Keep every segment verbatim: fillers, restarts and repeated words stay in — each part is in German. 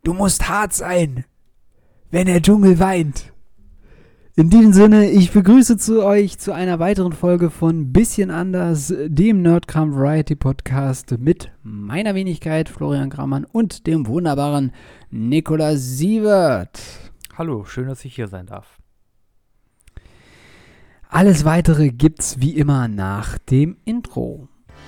Du musst hart sein, wenn der Dschungel weint. In diesem Sinne, ich begrüße zu euch zu einer weiteren Folge von Bisschen anders, dem Nerdkram Variety Podcast mit meiner Wenigkeit Florian Grammann und dem wunderbaren Nikolaus Sievert. Hallo, schön, dass ich hier sein darf. Alles Weitere gibt's wie immer nach dem Intro.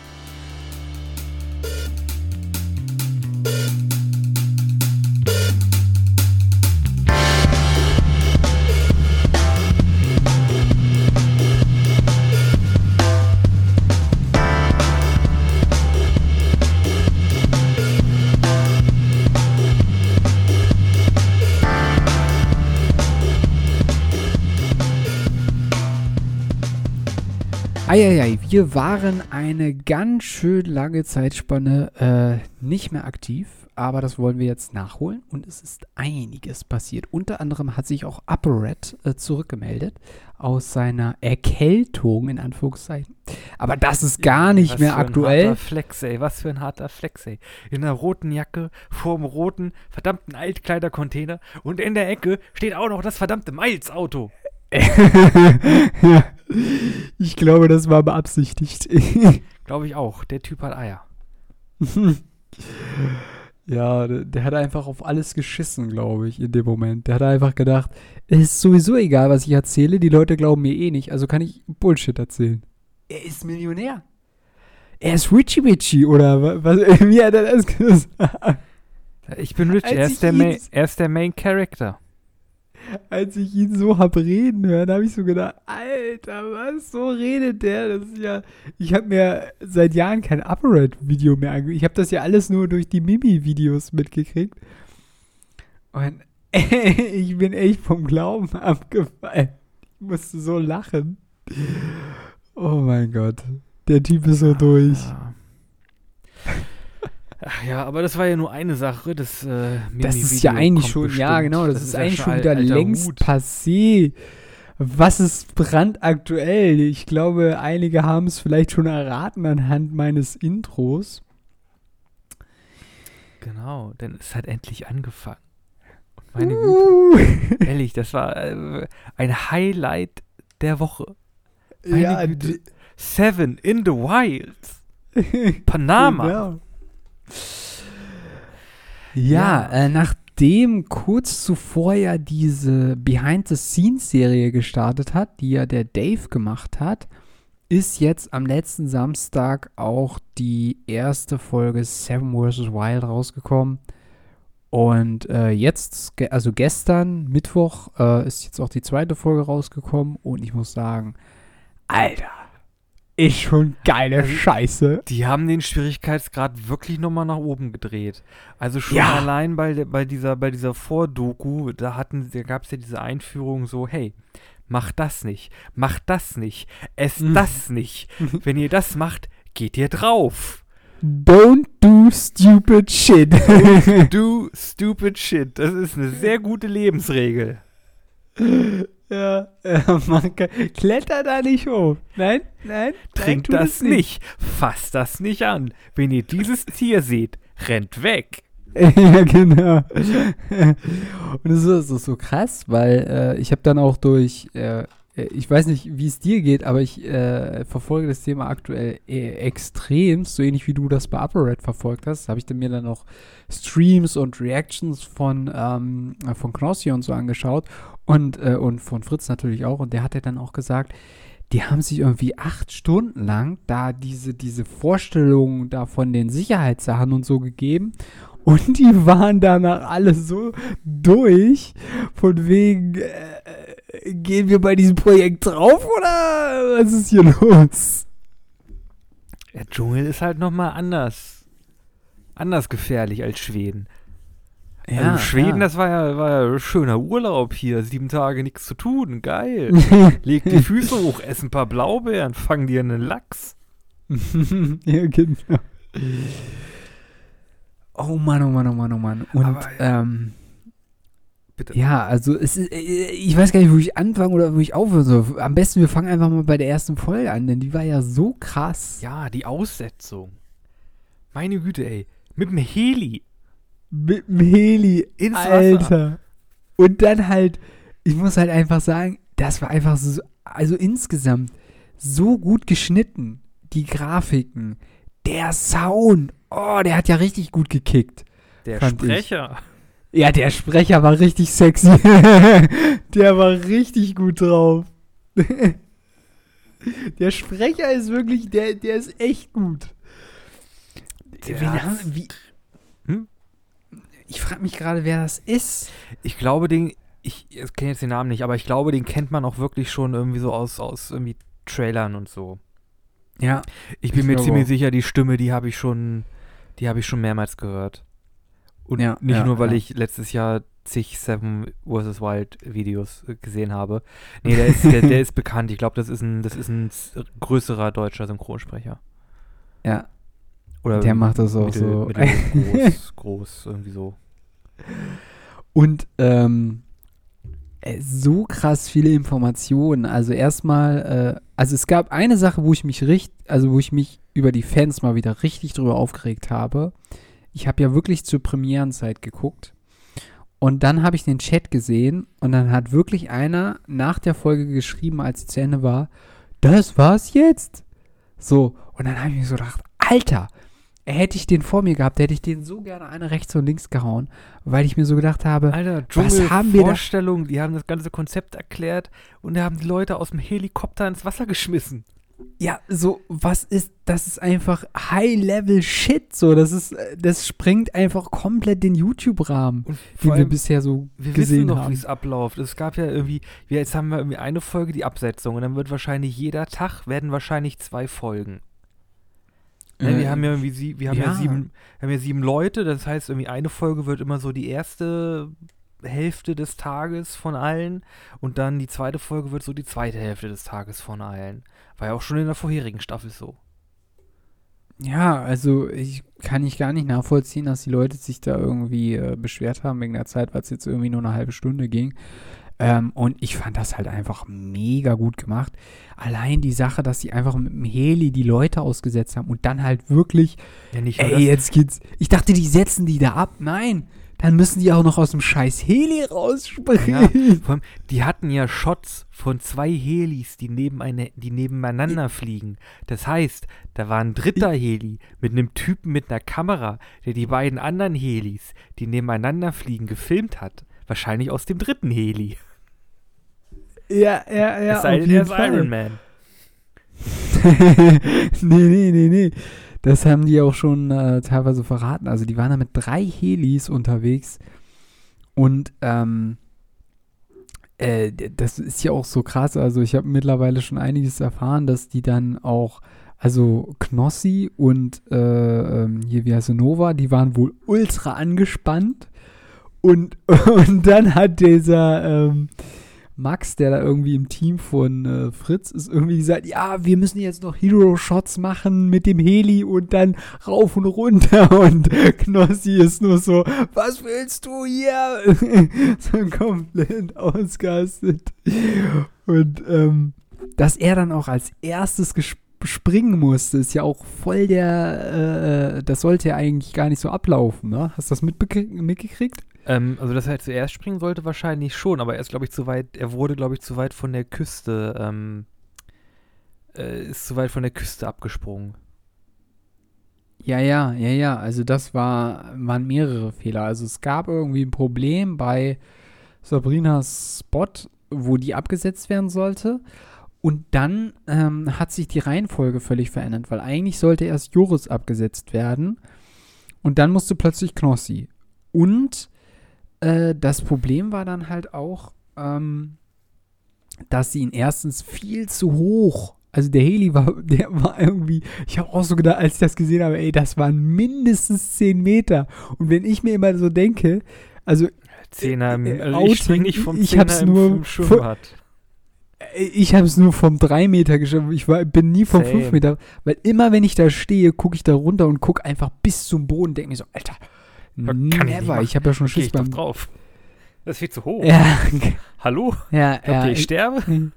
Eieiei, wir waren eine ganz schön lange Zeitspanne äh, nicht mehr aktiv, aber das wollen wir jetzt nachholen und es ist einiges passiert. Unter anderem hat sich auch ApoRed äh, zurückgemeldet aus seiner Erkältung, in Anführungszeichen. Aber das ist gar nicht was mehr für ein aktuell. Harter Flex, ey, was für ein harter Flex, ey. In einer roten Jacke, vorm roten, verdammten Altkleidercontainer und in der Ecke steht auch noch das verdammte Miles-Auto. Ja, ich glaube, das war beabsichtigt. Glaube ich auch, der Typ hat Eier. Ja, der, der hat einfach auf alles geschissen, glaube ich, in dem Moment. Der hat einfach gedacht, es ist sowieso egal, was ich erzähle, die Leute glauben mir eh nicht, also kann ich Bullshit erzählen. Er ist Millionär. Er ist Richie Richie, oder was, was, wie hat er das gesagt? Ich bin rich, er ist, der Main, er ist der Main Character. Als ich ihn so hab reden hören, habe ich so gedacht, Alter, was, so redet der? Das ist ja, ich habe mir seit Jahren kein ApoRed-Video mehr angeguckt. Ich habe das ja alles nur durch die Mimi-Videos mitgekriegt. Und ich bin echt vom Glauben abgefallen. Ich musste so lachen. Oh mein Gott, der Typ ist so durch. Ja. Ach ja, aber das war ja nur eine Sache, das äh, Das ist ja eigentlich schon, bestimmt. ja genau, das, das ist, ist eigentlich ja schon wieder längst Hut. passé. Was ist brandaktuell? Ich glaube, einige haben es vielleicht schon erraten anhand meines Intros. Genau, denn es hat endlich angefangen. Und meine uh. Güte, ehrlich, das war äh, ein Highlight der Woche. Meine Ja, Güte. d- Seven in the Wilds. Panama. Genau. Ja, Ja. Äh, nachdem kurz zuvor ja diese Behind-the-Scenes-Serie gestartet hat, die ja der Dave gemacht hat, ist jetzt am letzten Samstag auch die erste Folge Seven versus. Wild rausgekommen. Und äh, jetzt, ge- also gestern, Mittwoch, äh, ist jetzt auch die zweite Folge rausgekommen. Und ich muss sagen, Alter, ist schon geile Also, Scheiße. Die haben den Schwierigkeitsgrad wirklich nochmal nach oben gedreht. Also schon Ja. allein bei, der- bei dieser, bei dieser Vordoku, da hatten, da gab es ja diese Einführung so, hey, mach das nicht, mach das nicht, esst Mhm. das nicht. Wenn ihr das macht, geht ihr drauf. Don't do stupid shit. Do stupid shit. Das ist eine sehr gute Lebensregel. Ja, ja, man kann, kletter da nicht hoch. Nein, nein. Trinkt nein, tu das nicht. Fasst das nicht an. Wenn ihr dieses Tier seht, rennt weg. Ja, genau. Und es ist so, so krass, weil äh, ich habe dann auch durch, äh, ich weiß nicht, wie es dir geht, aber ich äh, verfolge das Thema aktuell äh, extrem, so ähnlich wie du das bei ApoRed verfolgt hast. Habe ich dann mir dann auch Streams und Reactions von, ähm, von Knossi und so angeschaut und, äh, und von Fritz natürlich auch. Und der hat ja dann auch gesagt, die haben sich irgendwie acht Stunden lang da diese, diese Vorstellungen da von den Sicherheitssachen und so gegeben. Und die waren danach alle so durch, von wegen, äh, gehen wir bei diesem Projekt drauf oder was ist hier los? Der Dschungel ist halt nochmal anders. Anders gefährlich als Schweden. Also Schweden, das war ja, war ja schöner Urlaub hier. Sieben Tage nichts zu tun. Geil. Leg die Füße hoch, ess ein paar Blaubeeren, fang dir einen Lachs. Ja, genau. Oh Mann, oh Mann, oh Mann, oh Mann. Und, Aber, ähm, bitte. Ja, also es ist, ich weiß gar nicht, wo ich anfangen oder wo ich aufhören soll. Am besten, wir fangen einfach mal bei der ersten Folge an, denn die war ja so krass. Ja, die Aussetzung. Meine Güte, ey. Mit dem Heli. Mit dem Heli. Ins Alter. Wasser. Und dann halt, ich muss halt einfach sagen, das war einfach so, also insgesamt so gut geschnitten. Die Grafiken, der Sound. Oh, der hat ja richtig gut gekickt. Der fand Sprecher. Ich. Ja, der Sprecher war richtig sexy. Der war richtig gut drauf. Der Sprecher ist wirklich, der, der ist echt gut. Der Wen hat- haben, wie, Hm? ich frage mich gerade, wer das ist. Ich glaube, den, ich, ich kenne jetzt den Namen nicht, aber ich glaube, den kennt man auch wirklich schon irgendwie so aus, aus irgendwie Trailern und so. Ja, Ich bin Ich mir glaube ziemlich auch. sicher, die Stimme, die habe ich schon, die habe ich schon mehrmals gehört. Und Ja, nicht ja, nur, weil ja. ich letztes Jahr zig Seven versus. Wild Videos äh, gesehen habe. Nee, der ist, der, der ist bekannt. Ich glaube, das ist ein, das ist ein s- größerer deutscher Synchronsprecher. ja, Oder der macht das auch mittel, so. mittel groß, groß, irgendwie so. Und ähm, äh, so krass viele Informationen. Also erstmal, äh, also es gab eine Sache, wo ich mich richtig, also wo ich mich über die Fans mal wieder richtig drüber aufgeregt habe. Ich habe ja wirklich zur Premierenzeit geguckt. Und dann habe ich den Chat gesehen und dann hat wirklich einer nach der Folge geschrieben, als sie zu Ende war, das war's jetzt? So, und dann habe ich mir so gedacht, Alter, hätte ich den vor mir gehabt, hätte ich den so gerne eine rechts und links gehauen, weil ich mir so gedacht habe, Alter, was haben wir da? Vorstellung, die haben das ganze Konzept erklärt und da haben die Leute aus dem Helikopter ins Wasser geschmissen. Ja, so, was ist, das ist einfach High-Level-Shit, so, das ist, äh, das sprengt einfach komplett den YouTube-Rahmen, Und den vor wir allem, bisher so wir gesehen wissen doch, haben. wie es abläuft. Es gab ja irgendwie, wir, jetzt haben wir irgendwie eine Folge, die Absetzung, und dann wird wahrscheinlich jeder Tag, werden wahrscheinlich zwei Folgen. Ne, Äh, wir haben ja irgendwie sie, wir haben ja. ja. sieben, wir haben ja sieben Leute, das heißt irgendwie eine Folge wird immer so die erste Hälfte des Tages von allen und dann die zweite Folge wird so die zweite Hälfte des Tages von allen. War ja auch schon in der vorherigen Staffel so. Ja, also ich kann ich gar nicht nachvollziehen, dass die Leute sich da irgendwie äh, beschwert haben wegen der Zeit, weil es jetzt irgendwie nur eine halbe Stunde ging. Ähm, und ich fand das halt einfach mega gut gemacht. Allein die Sache, dass sie einfach mit dem Heli die Leute ausgesetzt haben und dann halt wirklich, Ja, nicht nur ey, das. jetzt geht's. Ich dachte, die setzen die da ab. Nein, dann müssen die auch noch aus dem scheiß Heli rausspringen. Vor allem, die hatten ja Shots von zwei Helis, die, nebeneine, die nebeneinander fliegen. Das heißt, da war ein dritter Heli mit einem Typen mit einer Kamera, der die beiden anderen Helis, die nebeneinander fliegen, gefilmt hat. Wahrscheinlich aus dem dritten Heli. Ja, ja, ja. es sei auf denn, er jeden ist Fall. Iron Man. nee, nee, nee, nee. Das haben die auch schon äh, teilweise verraten. Also die waren da mit drei Helis unterwegs. Und ähm, äh, d- das ist ja auch so krass. Also ich habe mittlerweile schon einiges erfahren, dass die dann auch, also Knossi und äh, ähm, hier, wie heißt sie, Nova, die waren wohl ultra angespannt. Und, und dann hat dieser ähm, Max, der da irgendwie im Team von äh, Fritz ist, irgendwie gesagt, ja, wir müssen jetzt noch Hero-Shots machen mit dem Heli und dann rauf und runter. Und Knossi ist nur so, was willst du hier? So komplett ausgastet. Und ähm, dass er dann auch als erstes gesp springen musste, ist ja auch voll der, äh, das sollte ja eigentlich gar nicht so ablaufen, ne? Hast du das mitbekriegt- mitgekriegt? Ähm, also, dass er zuerst springen sollte, wahrscheinlich schon, aber er ist, glaube ich, zu weit, er wurde, glaube ich, zu weit von der Küste, ähm, äh, ist zu weit von der Küste abgesprungen. Ja, ja, ja, ja. Also das war, waren mehrere Fehler. Also es gab irgendwie ein Problem bei Sabrinas Spot, wo die abgesetzt werden sollte. Und dann ähm, hat sich die Reihenfolge völlig verändert, weil eigentlich sollte erst Joris abgesetzt werden. Und dann musste plötzlich Knossi. Und äh, das Problem war dann halt auch, ähm, dass sie ihn erstens viel zu hoch, also der Heli war, der war irgendwie, ich habe auch so gedacht, als ich das gesehen habe, ey, das waren mindestens zehn Meter. Und wenn ich mir immer so denke, also Zehner, im, äh, also Outing, ich spring nicht vom ich Zehner hab's im, nur im Schwimmbad. äh, ich habe es nur vom drei Meter geschafft, ich war, bin nie vom Same. fünf Meter, weil immer wenn ich da stehe, gucke ich da runter und gucke einfach bis zum Boden, denke mir so, Alter, Kann ich nicht never, machen. ich habe ja schon Geh Schiss ich doch beim, drauf. Das ist viel zu hoch. ja, Hallo? ja, Glaubt ja, ihr, ich sterbe?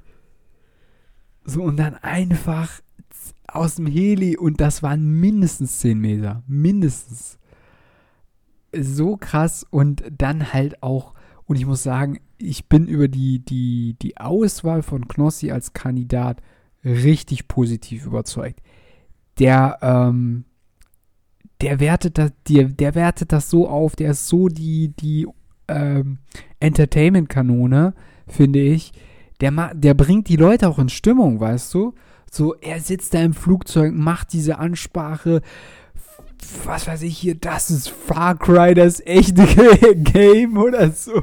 So, und dann einfach aus dem Heli und das waren mindestens zehn Meter. Mindestens. so krass und dann halt auch, und ich muss sagen, ich bin über die, die, die Auswahl von Knossi als Kandidat richtig positiv überzeugt. Der, ähm, der wertet das, der, der wertet das so auf, der ist so die, die ähm, Entertainment-Kanone, finde ich. Der, ma- der bringt die Leute auch in Stimmung, weißt du? So, er sitzt da im Flugzeug, macht diese Ansprache, f- was weiß ich hier, das ist Far Cry, das echte Game oder so.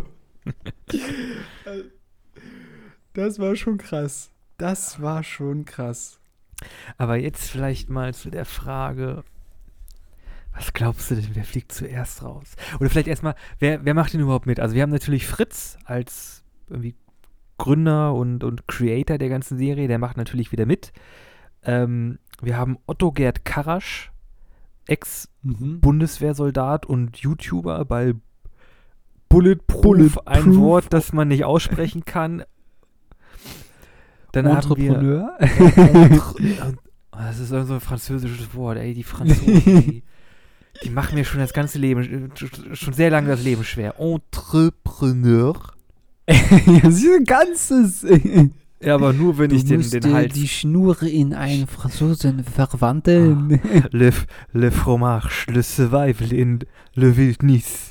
Das war schon krass. Das war schon krass. Aber jetzt vielleicht mal zu der Frage, was glaubst du denn, wer fliegt zuerst raus? Oder vielleicht erstmal, wer, wer macht denn überhaupt mit? Also wir haben natürlich Fritz als irgendwie Gründer und, und Creator der ganzen Serie, der macht natürlich wieder mit. Ähm, wir haben Otto Gerd Karasch, Ex-Bundeswehrsoldat und YouTuber bei Bulletproof, Bulletproof. ein Wort, das man nicht aussprechen kann. Dann haben wir Entrepreneur. Entre- das ist irgend so ein französisches Wort, ey, die Franzosen, die, die machen mir schon das ganze Leben, schon sehr lange das Leben schwer. Entrepreneur. Ja, sie ein ganzes. Ja, aber nur wenn Du ich den, musst den äh, Hals. die Schnur in einen Franzosen verwandeln. Le, le fromage, le survival in le wildnis.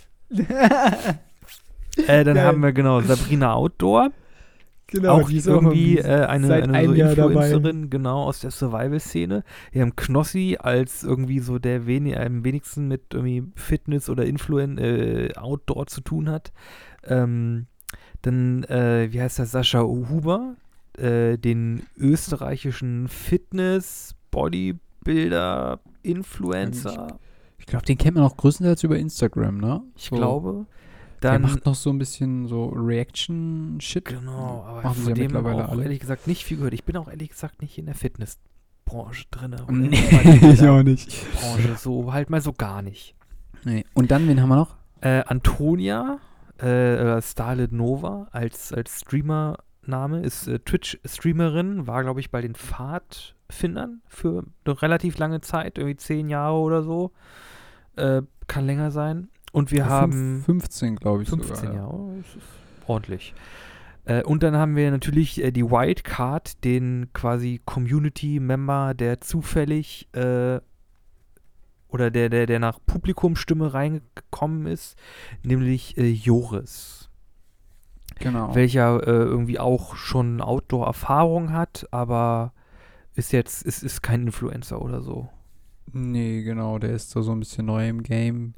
Äh, dann Geil. haben wir genau Sabrina Outdoor. Genau, auch die ist irgendwie auch äh, eine, seit eine einem so Jahr dabei. Influencerin, genau, aus der Survival-Szene. Wir haben Knossi als irgendwie so der weni am wenigsten mit irgendwie Fitness oder Influen äh, Outdoor zu tun hat. Ähm, dann, äh, wie heißt das, Sascha Huber, äh, den österreichischen Fitness, Bodybuilder, Influencer. Ich glaube, den kennt man auch größtenteils über Instagram, ne? Ich So, glaube. Der Dann, macht noch so ein bisschen so Reaction-Shit. genau, aber Machen sie von ja dem mittlerweile auch alle. ehrlich gesagt nicht viel gehört. Ich bin auch ehrlich gesagt nicht in der Fitnessbranche drin. Nee, ich auch nicht. Branche, so halt mal so gar nicht. Nee. Und dann, wen haben wir noch? Äh, Antonia, äh, Starlet Nova als, als Streamername, ist äh, Twitch-Streamerin, war glaube ich bei den Pfadfindern für eine relativ lange Zeit, irgendwie zehn Jahre oder so. Äh, kann länger sein. Und wir Fünf- haben fünfzehn, glaube ich fünfzehn sogar. Jahre, oh, das ist ordentlich. Äh, und dann haben wir natürlich äh, die Wildcard, den quasi Community-Member, der zufällig äh, oder der, der, der nach Publikumsstimme reingekommen ist, nämlich äh, Joris, Genau. welcher äh, irgendwie auch schon Outdoor-Erfahrung hat, aber ist jetzt, ist, ist kein Influencer oder so. Nee, genau, der ist da so ein bisschen neu im Game.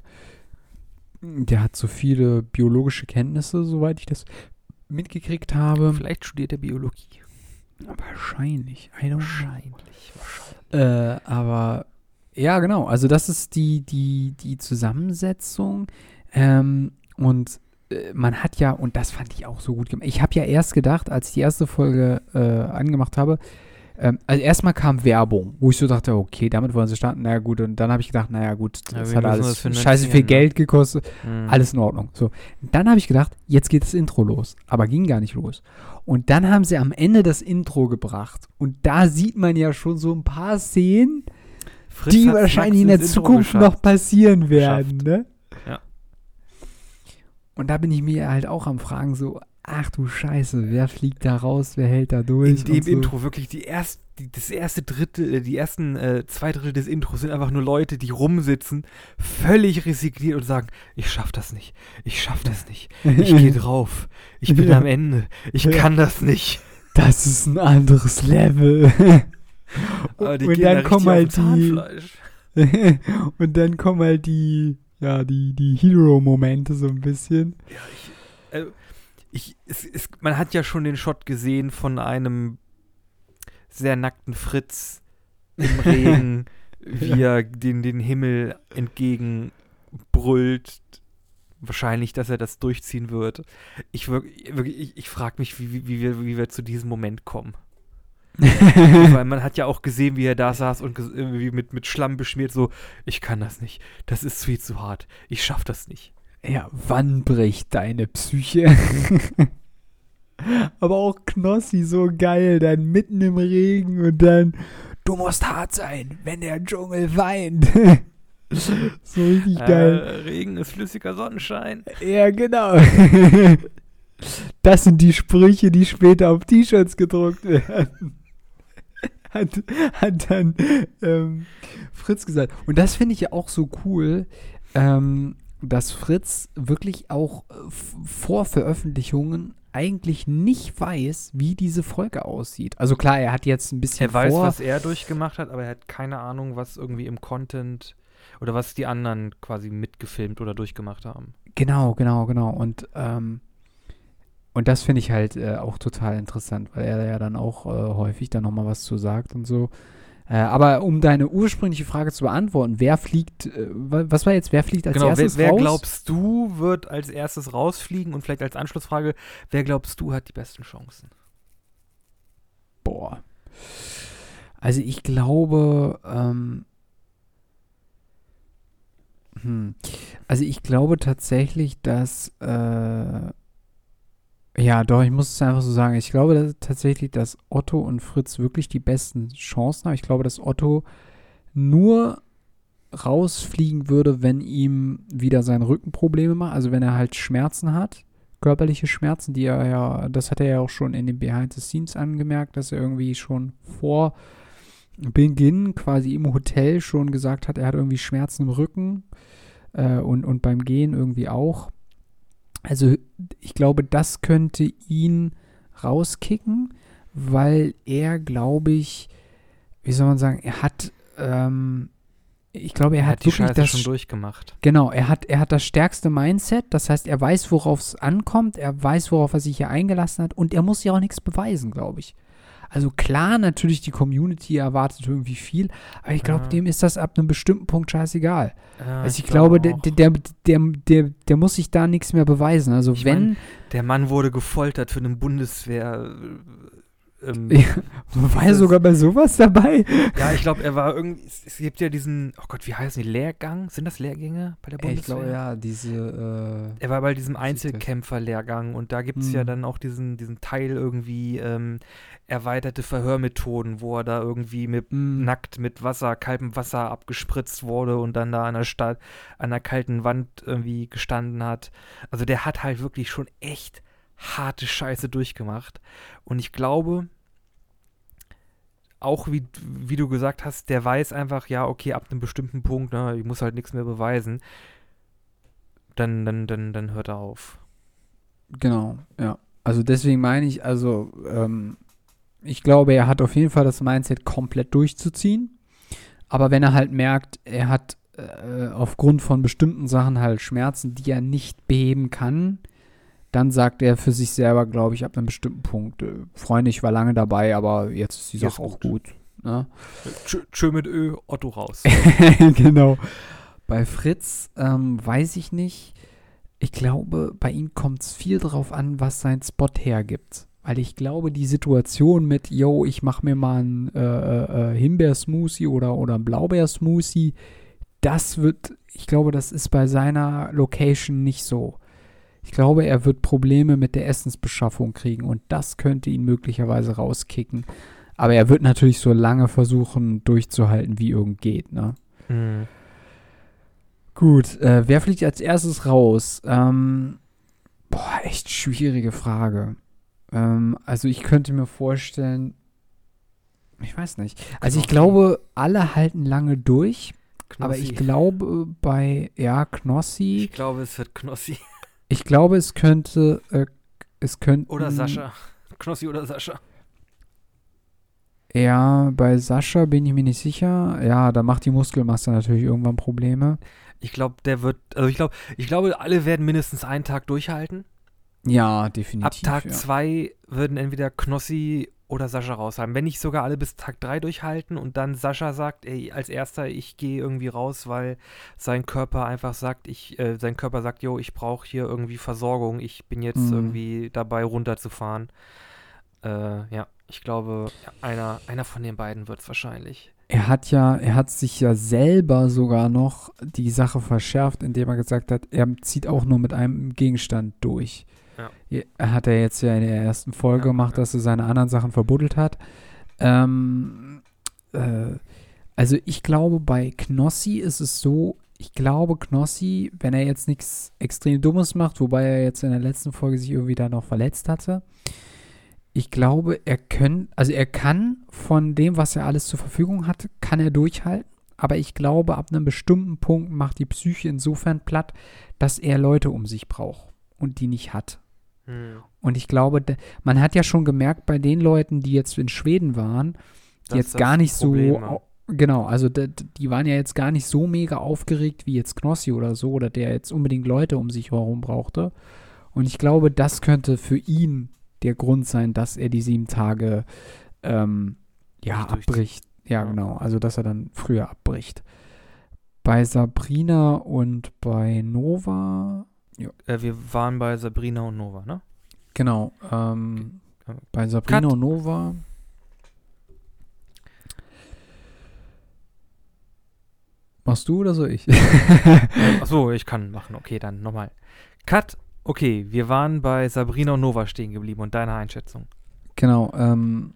Der hat so viele biologische Kenntnisse, soweit ich das mitgekriegt habe. Vielleicht studiert er Biologie. Wahrscheinlich. I don't know. Wahrscheinlich, wahrscheinlich. Äh, aber ja, genau. Also das ist die, die, die Zusammensetzung. Ähm, und äh, man hat ja, und das fand ich auch so gut gemacht. Ich habe ja erst gedacht, als ich die erste Folge äh, angemacht habe, ähm, also erstmal kam Werbung, wo ich so dachte, okay, damit wollen sie starten. Naja gut, und dann habe ich gedacht, naja gut, Ja, das wir hat müssen alles das finanzieren, scheiße viel ne? Geld gekostet. Mhm. Alles in Ordnung. So. Dann habe ich gedacht, jetzt geht das Intro los. Aber ging gar nicht los. Und dann haben sie am Ende das Intro gebracht. Und da sieht man ja schon so ein paar Szenen, Fritz die hat's wahrscheinlich in Max der ins Intro Zukunft geschafft. noch passieren werden, ne? Ja. Und da bin ich mir halt auch am Fragen so, ach du Scheiße, wer fliegt da raus, wer hält da durch? In dem und so. Intro wirklich die erst, die, das erste Drittel, äh, die ersten äh, zwei Drittel des Intros sind einfach nur Leute, die rumsitzen, völlig resigniert und sagen, ich schaff das nicht, ich schaff das nicht, ich gehe drauf, ich bin Ja. am Ende, ich Ja. kann das nicht. Das ist ein anderes Level. Aber die und gehen dann da kommen richtig halt auf die Zahnfleisch. und dann kommen halt die, ja, die, die Hero-Momente so ein bisschen. Ja, ich, also, ich, es, es, man hat ja schon den Shot gesehen von einem sehr nackten Fritz im Regen, wie er den, den Himmel entgegenbrüllt. Wahrscheinlich, dass er das durchziehen wird. Ich, wirklich, wirklich, ich, ich frage mich, wie, wie, wie, wir, wie wir zu diesem Moment kommen. Weil man hat ja auch gesehen, wie er da saß und ges- irgendwie mit, mit Schlamm beschmiert, so, ich kann das nicht, das ist viel zu hart, ich schaff das nicht. Ja, wann bricht deine Psyche? Aber auch Knossi so geil, dann mitten im Regen und dann, du musst hart sein, wenn der Dschungel weint. So richtig äh, geil. Regen ist flüssiger Sonnenschein. Ja, genau. Das sind die Sprüche, die später auf T-Shirts gedruckt werden. Hat, hat dann ähm, Fritz gesagt. Und das finde ich ja auch so cool, ähm, dass Fritz wirklich auch äh, f- vor Veröffentlichungen eigentlich nicht weiß, wie diese Folge aussieht. Also klar, er hat jetzt ein bisschen Er weiß, vor. was er durchgemacht hat, aber er hat keine Ahnung, was irgendwie im Content oder was die anderen quasi mitgefilmt oder durchgemacht haben. Genau, genau, genau. Und, ähm, und das finde ich halt äh, auch total interessant, weil er ja dann auch äh, häufig dann nochmal was zu sagt und so. Äh, aber um deine ursprüngliche Frage zu beantworten, wer fliegt, äh, wa- was war jetzt, wer fliegt als Genau, wer, erstes wer raus? glaubst du wird als erstes rausfliegen und vielleicht als Anschlussfrage, wer glaubst du hat die besten Chancen? Boah. Also ich glaube, ähm, hm. Also ich glaube tatsächlich, dass, äh, ja, doch, ich muss es einfach so sagen, ich glaube dass tatsächlich, dass Otto und Fritz wirklich die besten Chancen haben. Ich glaube, dass Otto nur rausfliegen würde, wenn ihm wieder sein Rücken Probleme macht, also wenn er halt Schmerzen hat, körperliche Schmerzen, die er ja, das hat er ja auch schon in den Behind the Scenes angemerkt, dass er irgendwie schon vor Beginn quasi im Hotel schon gesagt hat, er hat irgendwie Schmerzen im Rücken äh, und, und beim Gehen irgendwie auch. Also ich glaube, das könnte ihn rauskicken, weil er, glaube ich, wie soll man sagen, er hat, ähm, ich glaube, er, Er hat, hat die wirklich Scheiße das, schon durchgemacht. genau, er hat, er hat das stärkste Mindset, das heißt, er weiß, worauf es ankommt, er weiß, worauf er sich hier eingelassen hat und er muss ja auch nichts beweisen, glaube ich. Also klar, natürlich, die Community erwartet irgendwie viel, aber ich glaube, Ja. dem ist das ab einem bestimmten Punkt scheißegal. Ja, Also ich, glaube, der, auch. der, der, der, der muss sich da nichts mehr beweisen. Also Ich wenn, mein, der Mann wurde gefoltert für einen Bundeswehr. Ähm, ja, war er das- sogar bei sowas dabei? ja, ich glaube, er war irgendwie. Es, es gibt ja diesen. Oh Gott, wie heißen die? Lehrgang? Sind das Lehrgänge bei der Ey, ich Bundeswehr? glaube, ja, diese, Er war bei diesem Was ist das? Einzelkämpfer-Lehrgang und da gibt es ja Hm. dann auch diesen, diesen Teil irgendwie ähm, erweiterte Verhörmethoden, wo er da irgendwie mit äh, mh, nackt mit Wasser, kaltem Wasser abgespritzt wurde und dann da an der Stadt, an der kalten Wand irgendwie gestanden hat. Also der hat halt wirklich schon echt harte Scheiße durchgemacht. Und ich glaube, auch wie, wie du gesagt hast, der weiß einfach, ja, okay, ab einem bestimmten Punkt, ne, ich muss halt nichts mehr beweisen. Dann, dann, dann, dann hört er auf. genau, ja. Also deswegen meine ich, also ähm, ich glaube, er hat auf jeden Fall das Mindset, komplett durchzuziehen. Aber wenn er halt merkt, er hat äh, aufgrund von bestimmten Sachen halt Schmerzen, die er nicht beheben kann, dann sagt er für sich selber, glaube ich, ab einem bestimmten Punkt, äh, Freunde, ich war lange dabei, aber jetzt ist die Jetzt Sache auch gut. gut. Ne? Tschö, tschö mit Ö, Otto raus. Genau. Bei Fritz ähm, weiß ich nicht. Ich glaube, bei ihm kommt es viel drauf an, was sein Spot hergibt. Weil ich glaube, die Situation mit, yo, ich mache mir mal einen äh, äh, Himbeersmoothie oder, oder einen Blaubeersmoothie, das wird, ich glaube, das ist bei seiner Location nicht so. Ich glaube, er wird Probleme mit der Essensbeschaffung kriegen und das könnte ihn möglicherweise rauskicken. Aber er wird natürlich so lange versuchen, durchzuhalten, wie irgend geht, ne? Hm. Gut, äh, wer fliegt als erstes raus? Ähm, boah, echt schwierige Frage. Ähm, also ich könnte mir vorstellen, ich weiß nicht. Also ich Knossi. glaube, alle halten lange durch, aber Knossi. ich glaube bei, ja, Knossi, Ich glaube, es wird Knossi. ich glaube, es könnte, äh, es könnte. Oder Sascha. Knossi oder Sascha. Ja, bei Sascha bin ich mir nicht sicher. Ja, da macht die Muskelmasse natürlich irgendwann Probleme. Ich glaube, der wird, also ich glaube, ich glaube, alle werden mindestens einen Tag durchhalten. Ja, definitiv. Ab Tag ja. zwei würden entweder Knossi oder Sascha raushalten. Wenn nicht sogar alle bis Tag drei durchhalten und dann Sascha sagt, ey, als erster, ich gehe irgendwie raus, weil sein Körper einfach sagt, ich, äh, sein Körper sagt, yo, ich brauche hier irgendwie Versorgung, ich bin jetzt Mhm. irgendwie dabei runterzufahren. Äh, ja, ich glaube, ja, einer, einer von den beiden wird es wahrscheinlich. Er hat ja, er hat sich ja selber sogar noch die Sache verschärft, indem er gesagt hat, er zieht auch nur mit einem Gegenstand durch. Ja. Er hat er jetzt ja in der ersten Folge Ja, gemacht, ja. dass er seine anderen Sachen verbuddelt hat. Ähm, äh, Also ich glaube, bei Knossi ist es so, ich glaube, Knossi, wenn er jetzt nichts extrem Dummes macht, wobei er jetzt in der letzten Folge sich irgendwie da noch verletzt hatte, ich glaube, er kann, also er kann von dem, was er alles zur Verfügung hat, kann er durchhalten. Aber ich glaube, ab einem bestimmten Punkt macht die Psyche insofern platt, dass er Leute um sich braucht und die nicht hat. Hm. Und ich glaube, man hat ja schon gemerkt bei den Leuten, die jetzt in Schweden waren, die Das jetzt ist gar das nicht Problem, so, genau, also die, die waren ja jetzt gar nicht so mega aufgeregt wie jetzt Knossi oder so, oder der jetzt unbedingt Leute um sich herum brauchte. Und ich glaube, das könnte für ihn der Grund sein, dass er die sieben Tage ähm, ja, Nicht durchzieht. abbricht. Ja, Ja. genau, also dass er dann früher abbricht. Bei Sabrina und bei Nova, Äh, wir waren bei Sabrina und Nova, ne? genau, ähm, Okay. bei Sabrina Cut. und Nova. Machst du oder so ich? Achso, ich kann machen. Okay, dann nochmal. Cut. Okay, wir waren bei Sabrina und Nova stehen geblieben und deine Einschätzung. Genau, ähm,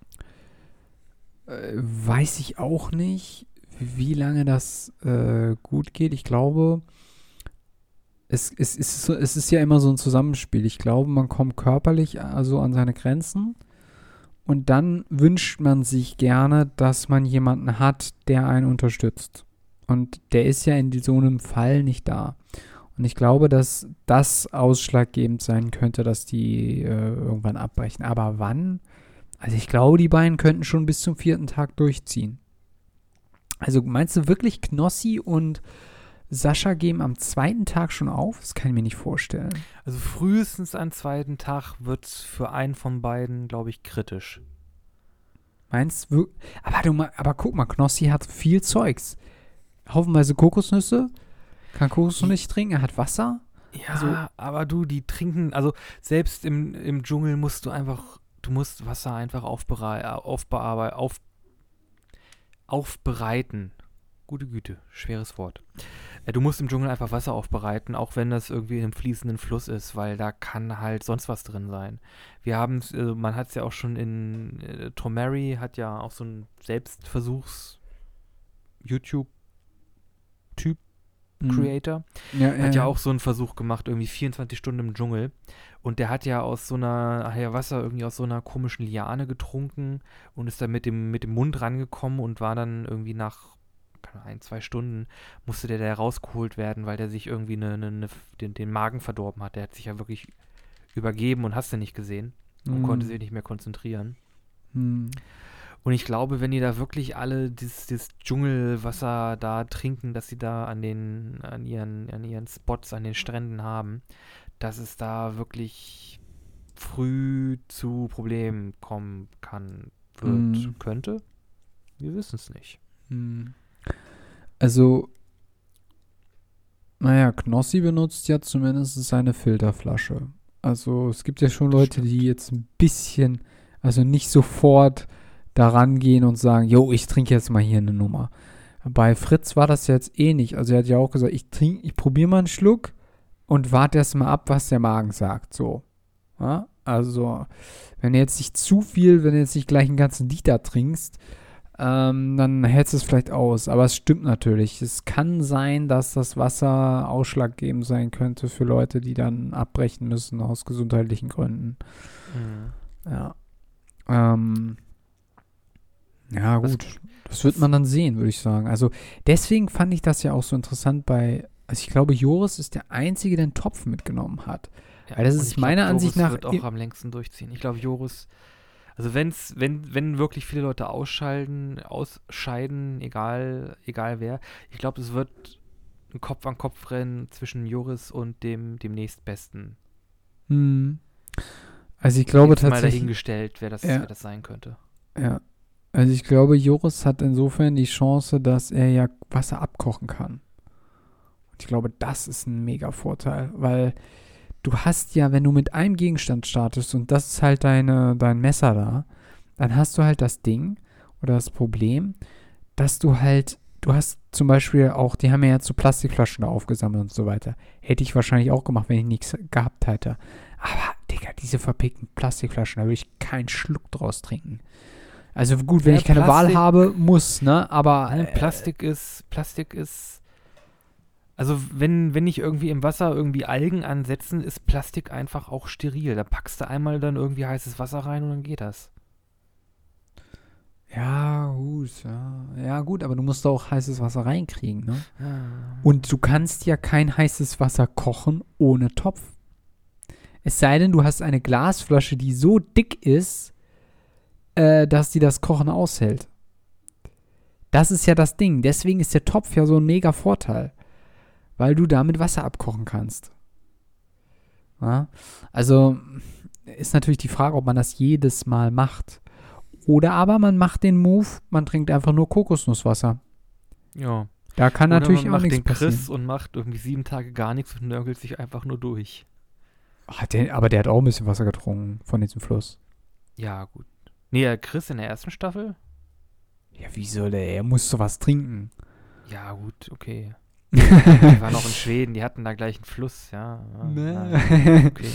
äh, weiß ich auch nicht, wie lange das äh, gut geht. Ich glaube, es, es, ist so, es ist ja immer so ein Zusammenspiel. Ich glaube, man kommt körperlich also an seine Grenzen und dann wünscht man sich gerne, dass man jemanden hat, der einen unterstützt. Und der ist ja in so einem Fall nicht da. Und ich glaube, dass das ausschlaggebend sein könnte, dass die äh, irgendwann abbrechen. Aber wann? Also ich glaube, die beiden könnten schon bis zum vierten Tag durchziehen. Also meinst du wirklich, Knossi und Sascha geben am zweiten Tag schon auf? Das kann ich mir nicht vorstellen. Also frühestens am zweiten Tag wird es für einen von beiden, glaube ich, kritisch. Meinst du? Aber, du, ma- aber guck mal, Knossi hat viel Zeugs. Haufenweise Kokosnüsse. Kann Kokosnüsse nicht trinken. Er hat Wasser. Ja, Also- aber du, die trinken, also selbst im, im Dschungel musst du einfach, du musst Wasser einfach aufberei aufbearbeiten, auf, aufbereiten. Gute Güte, schweres Wort. Äh, Du musst im Dschungel einfach Wasser aufbereiten, auch wenn das irgendwie in einem fließenden Fluss ist, weil da kann halt sonst was drin sein. Wir haben es, äh, man hat es ja auch schon in, äh, Tom Mary hat ja auch so einen Selbstversuchs-YouTube-Typ, Creator, Ja, hat ja auch so einen Versuch gemacht, irgendwie vierundzwanzig Stunden im Dschungel. Und der hat ja aus so einer, ach ja, Wasser irgendwie aus so einer komischen Liane getrunken und ist dann mit dem, mit dem Mund rangekommen und war dann irgendwie nach keine Ahnung, ein, zwei Stunden, musste der da rausgeholt werden, weil der sich irgendwie eine, eine, eine, den, den Magen verdorben hat. Der hat sich ja wirklich übergeben und hast du nicht gesehen und Mhm. konnte sich nicht mehr konzentrieren. Hm. Und ich glaube, wenn die da wirklich alle dieses, dieses Dschungelwasser da trinken, das sie da an den, an ihren, an ihren Spots, an den Stränden haben, dass es da wirklich früh zu Problemen kommen kann, wird, Mhm. könnte. Wir wissen es nicht. Hm. Also, naja, Knossi benutzt ja zumindest seine Filterflasche. Also es gibt ja schon Das Leute, die jetzt ein bisschen, also nicht sofort daran gehen und sagen, jo, ich trinke jetzt mal hier eine Nummer. Bei Fritz war das jetzt eh nicht. Also er hat ja auch gesagt, ich trinke, ich probiere mal einen Schluck und warte erst mal ab, was der Magen sagt. So. Ja? Also, wenn du jetzt nicht zu viel, wenn du jetzt nicht gleich einen ganzen Liter trinkst, ähm, dann hältst du es vielleicht aus. Aber es stimmt natürlich. Es kann sein, dass das Wasser ausschlaggebend sein könnte für Leute, die dann abbrechen müssen aus gesundheitlichen Gründen. Mhm. Ja. Ähm, ja, Was- gut. Das wird man dann sehen, würde ich sagen. Also, deswegen fand ich das ja auch so interessant bei. Also, ich glaube, Joris ist der Einzige, der einen Topf mitgenommen hat. Ja, Weil das und ist ich glaub, meiner Ansicht Joris nach wird auch im- am längsten durchziehen. Ich glaube, Joris, also wenn's, wenn, wenn wirklich viele Leute ausschalten, ausscheiden, egal, egal wer, ich glaube, es wird ein Kopf-an-Kopf-Rennen zwischen Joris und dem, dem nächstbesten. Hm. Also, ich glaube Jetzt mal tatsächlich. dahingestellt, wer das, Ja. wer das sein könnte. Ja. Also ich glaube, Joris hat insofern die Chance, dass er ja Wasser abkochen kann. Und ich glaube, das ist ein mega Vorteil, weil du hast ja, wenn du mit einem Gegenstand startest und das ist halt deine, dein Messer da, dann hast du halt das Ding oder das Problem, dass du halt, du hast zum Beispiel auch, die haben ja jetzt so Plastikflaschen da aufgesammelt und so weiter. Hätte ich wahrscheinlich auch gemacht, wenn ich nichts gehabt hätte. Aber, Digga, diese verpickten Plastikflaschen, da würde ich keinen Schluck draus trinken. Also gut, wenn Ja, ich keine Plastik- Wahl habe, muss, ne? Aber Nein, äh, Plastik ist, Plastik ist, also wenn, wenn ich irgendwie im Wasser irgendwie Algen ansetzen, ist Plastik einfach auch steril. Da packst du einmal dann irgendwie heißes Wasser rein und dann geht das. ja, gut, ja. Ja, gut, aber du musst auch heißes Wasser reinkriegen, ne? Ah. Und du kannst ja kein heißes Wasser kochen ohne Topf. Es sei denn, du hast eine Glasflasche, die so dick ist, äh, dass die das Kochen aushält. Das ist ja das Ding. Deswegen ist der Topf ja so ein mega Vorteil. Weil du damit Wasser abkochen kannst. Ja? Also ist natürlich die Frage, ob man das jedes Mal macht. Oder aber man macht den Move, man trinkt einfach nur Kokosnusswasser. Ja. Da kann Oder natürlich man auch macht nichts den Chris passieren. und macht irgendwie sieben Tage gar nichts und nörgelt sich einfach nur durch. Ah, der, aber der hat auch ein bisschen Wasser getrunken von diesem Fluss. Ja, gut. Nee, der Chris in der ersten Staffel? Ja, wie soll der? Er muss sowas trinken. Ja, gut, okay. Die waren auch in Schweden, die hatten da gleich einen Fluss, ja. ja Ne. okay.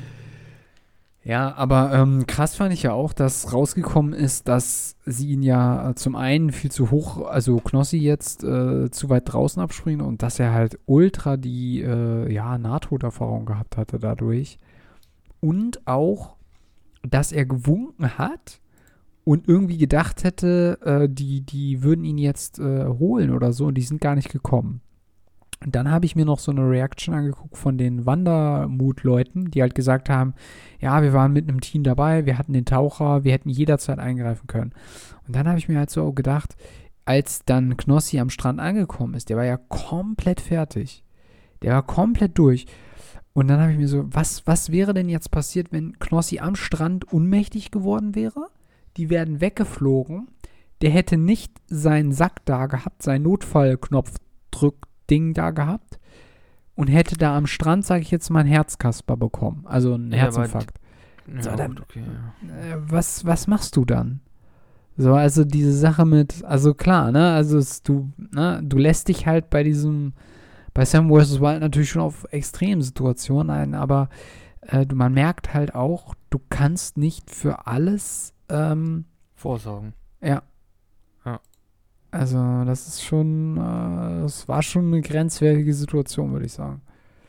Ja, aber ähm, krass fand ich ja auch, dass rausgekommen ist, dass sie ihn ja äh, zum einen viel zu hoch, also Knossi jetzt äh, zu weit draußen abspringt und dass er halt ultra die äh, ja, Nahtoderfahrung gehabt hatte dadurch. Und auch, dass er gewunken hat und irgendwie gedacht hätte, äh, die, die würden ihn jetzt äh, holen oder so und die sind gar nicht gekommen. Und dann habe ich mir noch so eine Reaction angeguckt von den Wandermut-Leuten, die halt gesagt haben, ja, wir waren mit einem Team dabei, wir hatten den Taucher, wir hätten jederzeit eingreifen können. Und dann habe ich mir halt so gedacht, als dann Knossi am Strand angekommen ist, der war ja komplett fertig. Der war komplett durch. Und dann habe ich mir so, was, was wäre denn jetzt passiert, wenn Knossi am Strand ohnmächtig geworden wäre? Die werden weggeflogen. Der hätte nicht seinen Sack da gehabt, seinen Notfallknopfdrück Ding da gehabt und hätte da am Strand, sage ich jetzt mal, einen Herzkasper bekommen. Also einen Ja, Herzinfarkt. Ja, So, dann- gut, okay. Äh, was, was machst du dann? So, also diese Sache mit, also klar, ne, also es, du, ne, du lässt dich halt bei diesem, bei Sam versus. Wild natürlich schon auf Extremsituationen ein, aber äh, du, man merkt halt auch, du kannst nicht für alles, ähm, Vorsorgen. ja. Ja. Also, das ist schon, äh, das war schon eine grenzwertige Situation, würde ich sagen.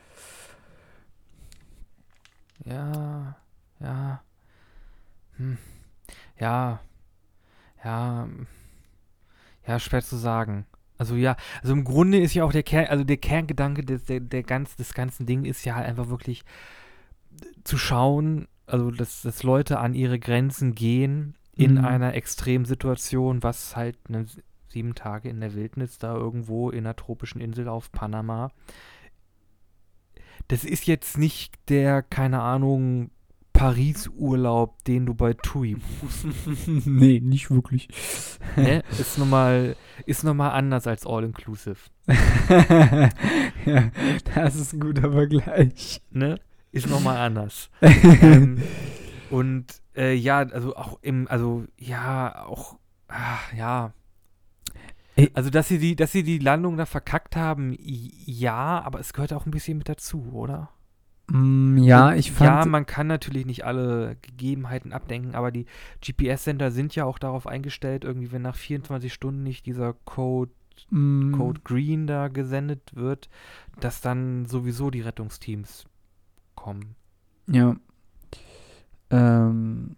Ja, ja. Hm. Ja, ja. Ja, schwer zu sagen. Also ja, also im Grunde ist ja auch der Kern, also der Kerngedanke des, der, der ganz, des ganzen Ding ist ja halt einfach wirklich zu schauen, also dass, dass Leute an ihre Grenzen gehen in Mhm. einer Extremsituation, was halt eine sieben Tage in der Wildnis da irgendwo in einer tropischen Insel auf Panama. Das ist jetzt nicht der, keine Ahnung, Paris-Urlaub, den du bei TUI buchst. Nee, nicht wirklich. Ne? Ist nochmal ist noch mal anders als All-Inclusive. Ja, das ist ein guter Vergleich. Ne? Ist nochmal anders. ähm, und äh, ja, also auch im, also ja, auch, ah, ja. Ey. Also, dass sie die, dass sie die Landung da verkackt haben, i- ja, aber es gehört auch ein bisschen mit dazu, oder? Mm, ja, ich fand. Ja, man kann natürlich nicht alle Gegebenheiten abdenken, aber die G P S-Sender sind ja auch darauf eingestellt, irgendwie, wenn nach vierundzwanzig Stunden nicht dieser Code, mm, Code Green da gesendet wird, dass dann sowieso die Rettungsteams kommen. Ja. Ähm.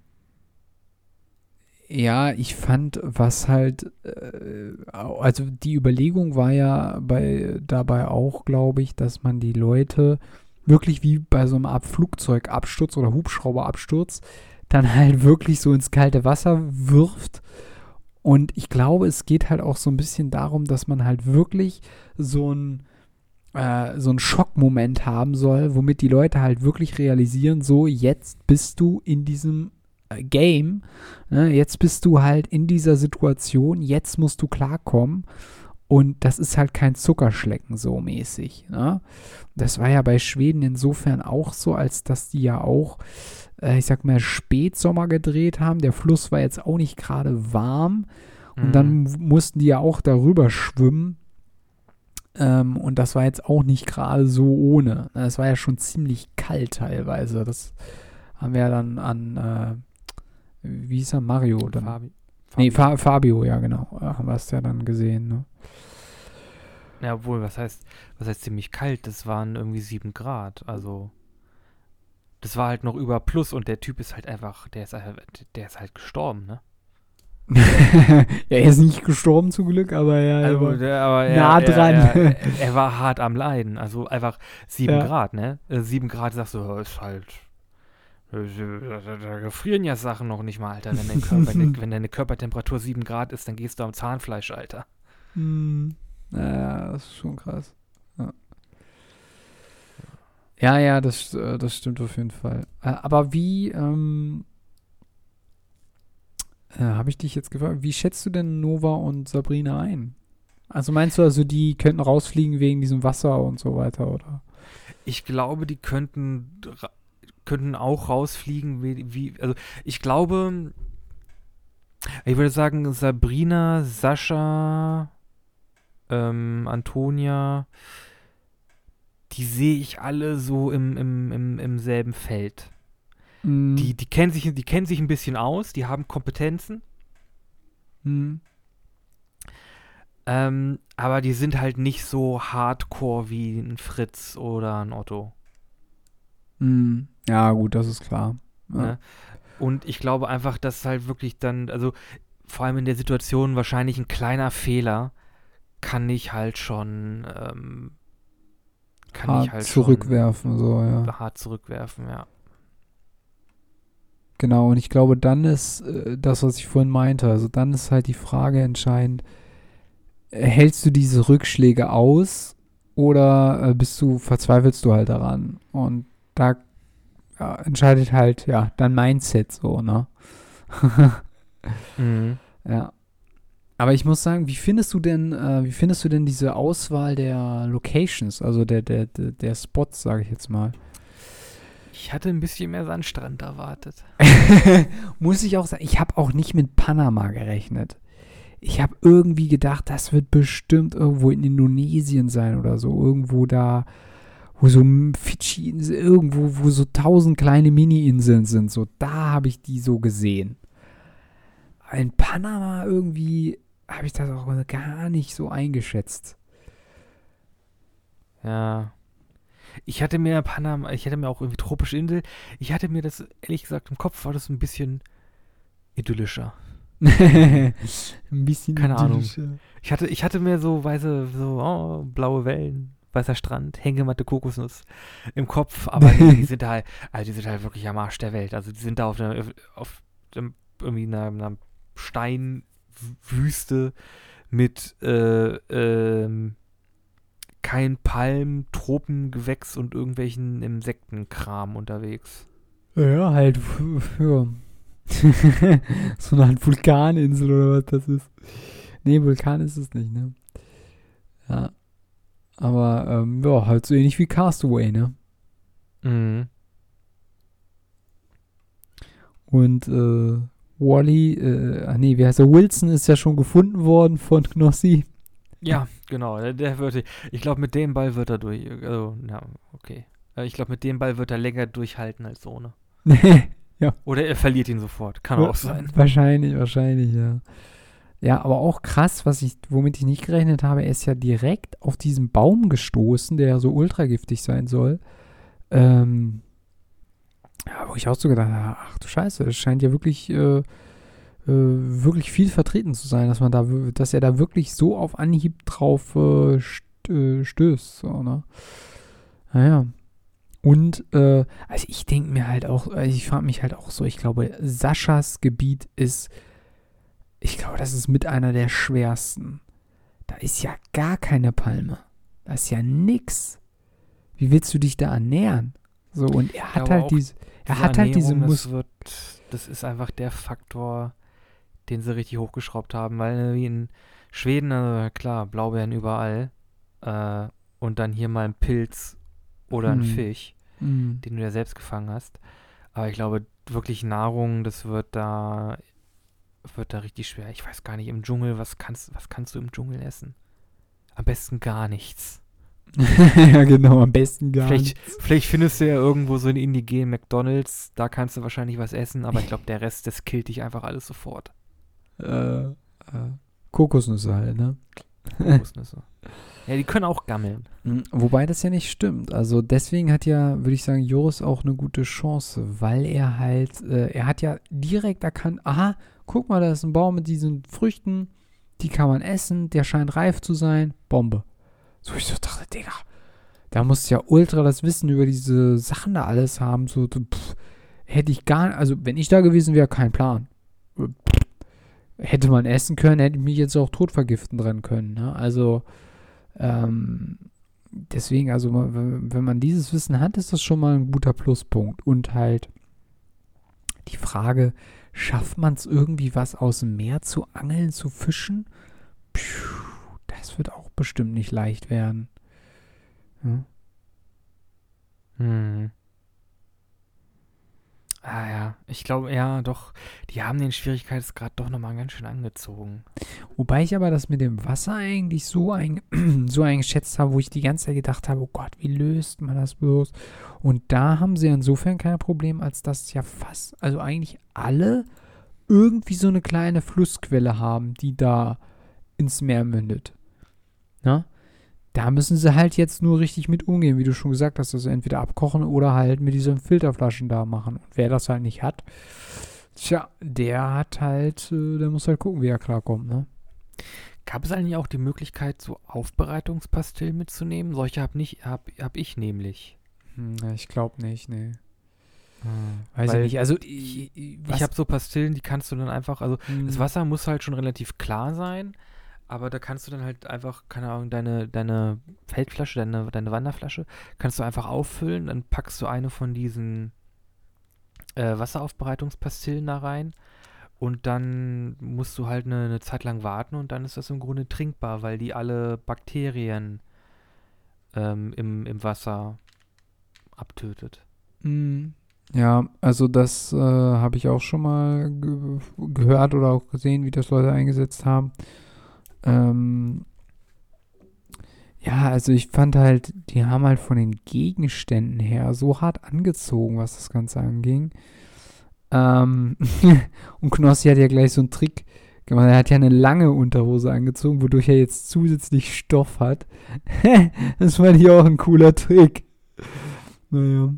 Ja, ich fand, was halt, äh, au- also die Überlegung war ja bei dabei auch, glaube ich, dass man die Leute wirklich wie bei so einem Art Flugzeugabsturz oder Hubschrauberabsturz dann halt wirklich so ins kalte Wasser wirft. Und ich glaube, es geht halt auch so ein bisschen darum, dass man halt wirklich so ein äh, so einen Schockmoment haben soll, womit die Leute halt wirklich realisieren, so jetzt bist du in diesem äh, Game, ne, jetzt bist du halt in dieser Situation, jetzt musst du klarkommen und das ist halt kein Zuckerschlecken so mäßig. Ne? Das war ja bei Schweden insofern auch so, als dass die ja auch, äh, ich sag mal, Spätsommer gedreht haben. Der Fluss war jetzt auch nicht gerade warm und Mhm. dann w- mussten die ja auch darüber schwimmen. Ähm, und das war jetzt auch nicht gerade so ohne. Es war ja schon ziemlich kalt teilweise. Das haben wir ja dann an, äh, wie hieß er, Mario dann. Fabi. Nee, Fa- Fabio, ja genau. Haben wir es ja dann gesehen, ne? Ja, obwohl, was heißt, was heißt ziemlich kalt? Das waren irgendwie sieben Grad. Also, das war halt noch über Plus und der Typ ist halt einfach, der ist, der ist halt gestorben, ne? Ja, er ist nicht gestorben zum Glück, aber ja, er Also, war der, aber nah er, dran. Er, er, er war hart am Leiden. Also einfach sieben Ja. Grad, ne? Äh, sieben Grad, sagst du, ja, ist halt. äh, Da, da, da gefrieren ja Sachen noch nicht mal, Alter. Wenn, dein Körper, wenn, wenn deine Körpertemperatur sieben Grad ist, dann gehst du am Zahnfleisch, Alter. Hm. Ja, das ist schon krass. Ja, ja, ja das, äh, das stimmt auf jeden Fall. Äh, Aber wie, ähm, äh, habe ich dich jetzt gefragt, wie schätzt du denn Nova und Sabrina ein? Also meinst du also, die könnten rausfliegen wegen diesem Wasser und so weiter, oder? Ich glaube, die könnten, ra- könnten auch rausfliegen, wie, wie, also ich glaube, ich würde sagen, Sabrina, Sascha, ähm, Antonia, die sehe ich alle so im, im, im, im selben Feld. Mhm. Die, die, kennen sich, die kennen sich ein bisschen aus, die haben Kompetenzen, Mhm. ähm, aber die sind halt nicht so hardcore wie ein Fritz oder ein Otto. Mhm. Ja, gut, das ist klar. Ja. Ne? Und ich glaube einfach, dass halt wirklich dann, also vor allem in der Situation wahrscheinlich ein kleiner Fehler kann ich halt schon, ähm, kann Hart ich halt zurückwerfen, so, ja. schon hart zurückwerfen, ja. Genau, und ich glaube, dann ist äh, das, was ich vorhin meinte, also dann ist halt die Frage entscheidend, äh, hältst du diese Rückschläge aus oder äh, bist du, verzweifelst du halt daran? Und da ja, entscheidet halt, ja, dein Mindset so, ne? Mhm. Ja. Aber ich muss sagen, wie findest du denn, äh, wie findest du denn diese Auswahl der Locations, also der, der, der, der Spots, sage ich jetzt mal? Ich hatte ein bisschen mehr Sandstrand erwartet. Muss ich auch sagen, ich habe auch nicht mit Panama gerechnet. Ich habe irgendwie gedacht, das wird bestimmt irgendwo in Indonesien sein oder so. Irgendwo da, wo so Fidschi-Inseln, irgendwo, wo so tausend kleine Mini-Inseln sind. So, da habe ich die so gesehen. In Panama irgendwie habe ich das auch gar nicht so eingeschätzt. Ja. Ich hatte mir Panama, ich hatte mir auch irgendwie tropische Insel, ich hatte mir das, ehrlich gesagt, im Kopf war das ein bisschen idyllischer. Ein bisschen Keine Ahnung. idyllischer. Ich hatte, ich hatte mir so weiße, so oh, blaue Wellen, weißer Strand, Hängematte, Kokosnuss im Kopf, aber nee, die sind halt, also die sind halt wirklich am Arsch der Welt. Also die sind da auf einer, auf dem, irgendwie einer, einer Steinwüste mit äh, ähm, kein Palm, Tropengewächs und irgendwelchen Insektenkram unterwegs. Ja, halt, f- ja. So eine Art Vulkaninsel oder was das ist. Nee, Vulkan ist es nicht, ne? Ja. Aber, ähm, ja, halt so ähnlich wie Castaway, ne? Mhm. Und, äh, Wally, äh, ach nee, wie heißt er? Wilson ist ja schon gefunden worden von Knossi. Ja, genau. Der, der wird, ich glaube, mit dem Ball wird er durch. Also, ja, okay. Äh, Ich glaube, mit dem Ball wird er länger durchhalten als ohne. Oder er verliert ihn sofort. Kann auch sein. Wahrscheinlich, wahrscheinlich, ja. Ja, aber auch krass, was ich, womit ich nicht gerechnet habe, er ist ja direkt auf diesen Baum gestoßen, der ja so ultragiftig sein soll. Ähm, ja, wo ich auch so gedacht habe, ach du Scheiße, es scheint ja wirklich, äh, äh, wirklich viel vertreten zu sein, dass man da, w- dass er da wirklich so auf Anhieb drauf äh, st äh, stößt, so, ne? Naja. Und, äh, also ich denke mir halt auch, also ich frage mich halt auch so, ich glaube, Saschas Gebiet ist, ich glaube, das ist mit einer der schwersten. Da ist ja gar keine Palme. Da ist ja nix. Wie willst du dich da ernähren? So, und er hat aber halt auch diese, er Diese hat halt diese Ernährung, Mus das wird, das ist einfach der Faktor, den sie richtig hochgeschraubt haben, weil wie in Schweden, also klar, Blaubeeren überall, äh, und dann hier mal ein Pilz oder ein Hm. Fisch, Mm. den du ja selbst gefangen hast. Aber ich glaube, wirklich Nahrung, das wird da, wird da richtig schwer. Ich weiß gar nicht, im Dschungel, was kannst, was kannst du im Dschungel essen? Am besten gar nichts. Ja, genau, am besten gar Vielleicht, nicht. vielleicht findest du ja irgendwo so einen indigenen McDonalds, da kannst du wahrscheinlich was essen, aber ich glaube, der Rest, das killt dich einfach alles sofort. äh, äh, Kokosnüsse halt, ne? Kokosnüsse. Ja, die können auch gammeln. Wobei das ja nicht stimmt. Also deswegen hat ja, würde ich sagen, Joris auch eine gute Chance, weil er halt, äh, er hat ja direkt erkannt, aha, guck mal, da ist ein Baum mit diesen Früchten, die kann man essen, der scheint reif zu sein, Bombe. So, ich so dachte, Digga, da musst du ja ultra das Wissen über diese Sachen da alles haben. So, pff, hätte ich gar, also wenn ich da gewesen wäre, kein Plan. Pff, hätte man essen können, hätte ich mich jetzt auch tot vergiften dran können. Ne? Also, ähm, deswegen, also wenn, wenn man dieses Wissen hat, ist das schon mal ein guter Pluspunkt. Und halt die Frage, schafft man es irgendwie, was aus dem Meer zu angeln, zu fischen? Puh, das wird auch bestimmt nicht leicht werden. Ja. Hm. Ah ja, ich glaube, ja, doch, die haben den Schwierigkeitsgrad doch nochmal ganz schön angezogen. Wobei ich aber das mit dem Wasser eigentlich so, ein, so eingeschätzt habe, wo ich die ganze Zeit gedacht habe, oh Gott, wie löst man das bloß? Und da haben sie insofern kein Problem, als dass ja fast, also eigentlich alle irgendwie so eine kleine Flussquelle haben, die da ins Meer mündet. Na? Da müssen sie halt jetzt nur richtig mit umgehen, wie du schon gesagt hast, also entweder abkochen oder halt mit diesen Filterflaschen da machen. Und wer das halt nicht hat, tja, der hat halt, äh, der muss halt gucken, wie er klarkommt, ne? Gab es eigentlich auch die Möglichkeit, so Aufbereitungspastillen mitzunehmen? Solche habe nicht, hab, hab ich nämlich. Hm, ich glaube nicht, nee. Hm. Weiß Weil ich nicht. Also, ich, ich, ich habe so Pastillen, die kannst du dann einfach, also hm, das Wasser muss halt schon relativ klar sein, aber da kannst du dann halt einfach, keine Ahnung, deine, deine Feldflasche, deine, deine Wanderflasche, kannst du einfach auffüllen, dann packst du eine von diesen äh, Wasseraufbereitungspastillen da rein und dann musst du halt eine, eine Zeit lang warten und dann ist das im Grunde trinkbar, weil die alle Bakterien ähm, im, im Wasser abtötet. hm, ja, also das äh, habe ich auch schon mal ge gehört oder auch gesehen, wie das Leute eingesetzt haben. Ähm, ja, also ich fand halt, die haben halt von den Gegenständen her so hart angezogen, was das Ganze anging. Ähm, und Knossi hat ja gleich so einen Trick gemacht. Er hat ja eine lange Unterhose angezogen, wodurch er jetzt zusätzlich Stoff hat. Das fand ich auch ein cooler Trick. Naja.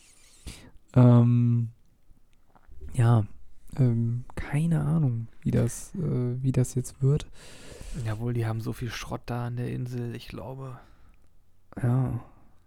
Ähm, ja, ähm, keine Ahnung, wie das, äh, wie das jetzt wird. Jawohl, die haben so viel Schrott da an der Insel, ich glaube, Ja.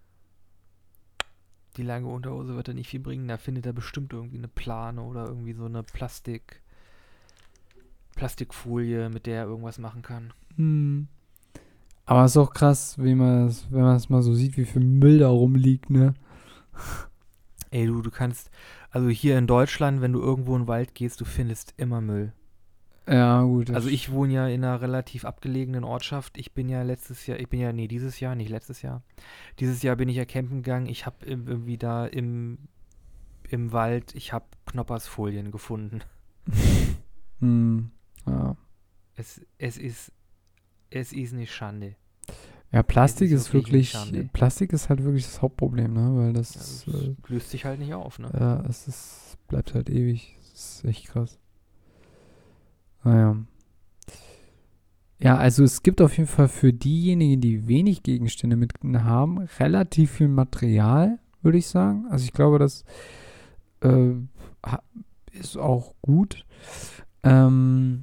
die lange Unterhose wird er nicht viel bringen. Da findet er bestimmt irgendwie eine Plane oder irgendwie so eine Plastik, Plastikfolie, mit der er irgendwas machen kann. Hm. Aber es ist auch krass, wie man es, wenn man es mal so sieht, wie viel Müll da rumliegt, ne? Ey, du, du kannst, also hier in Deutschland, wenn du irgendwo in den Wald gehst, du findest immer Müll. Ja, gut. Also ich wohne ja in einer relativ abgelegenen Ortschaft. Ich bin ja letztes Jahr, ich bin ja, nee, dieses Jahr, nicht letztes Jahr. Dieses Jahr bin ich ja campen gegangen. Ich habe irgendwie da im, im Wald, ich habe Knoppersfolien gefunden. hm. Ja. Es, es ist, es ist eine Schande. Ja, Plastik Es ist ist wirklich wirklich, eine Schande. Plastik ist halt wirklich das Hauptproblem, ne? Weil das, Ja, ist, das äh, löst sich halt nicht auf, ne? ja, es ist, bleibt halt ewig. Das ist echt krass. Naja. Ja, also es gibt auf jeden Fall für diejenigen, die wenig Gegenstände mit haben, relativ viel Material, würde ich sagen. Also ich glaube, das äh, ha- ist auch gut. Ähm,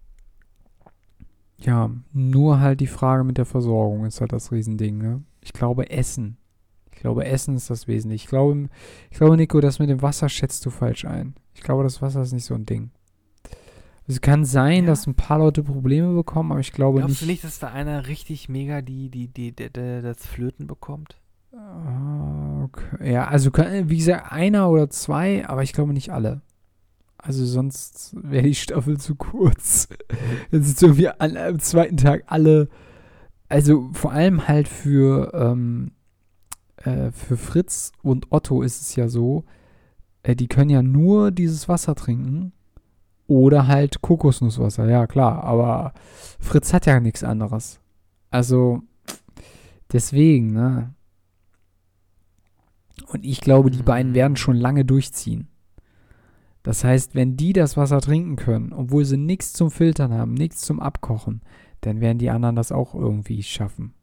ja, nur halt die Frage mit der Versorgung ist halt das Riesending, ne? Ich glaube, Essen. Ich glaube, Essen ist das Wesentliche. Ich glaube, ich glaube, Nico, das mit dem Wasser schätzt du falsch ein. Ich glaube, das Wasser ist nicht so ein Ding. Es kann sein, Ja. dass ein paar Leute Probleme bekommen, aber ich glaube Glaubst du nicht. nicht, dass da einer richtig mega die, die, die, die, die das Flöten bekommt? Ah, okay. Ja, also kann- wie gesagt, einer oder zwei, aber ich glaube nicht alle. Also sonst wäre die Staffel zu kurz. Jetzt sind irgendwie an, am zweiten Tag alle, also vor allem halt für, ähm, äh, für Fritz und Otto ist es ja so, äh, die können ja nur dieses Wasser trinken oder halt Kokosnusswasser, ja klar, aber Fritz hat ja nichts anderes. Also deswegen, ne? Und ich glaube, die beiden werden schon lange durchziehen. Das heißt, wenn die das Wasser trinken können, obwohl sie nichts zum Filtern haben, nichts zum Abkochen, dann werden die anderen das auch irgendwie schaffen.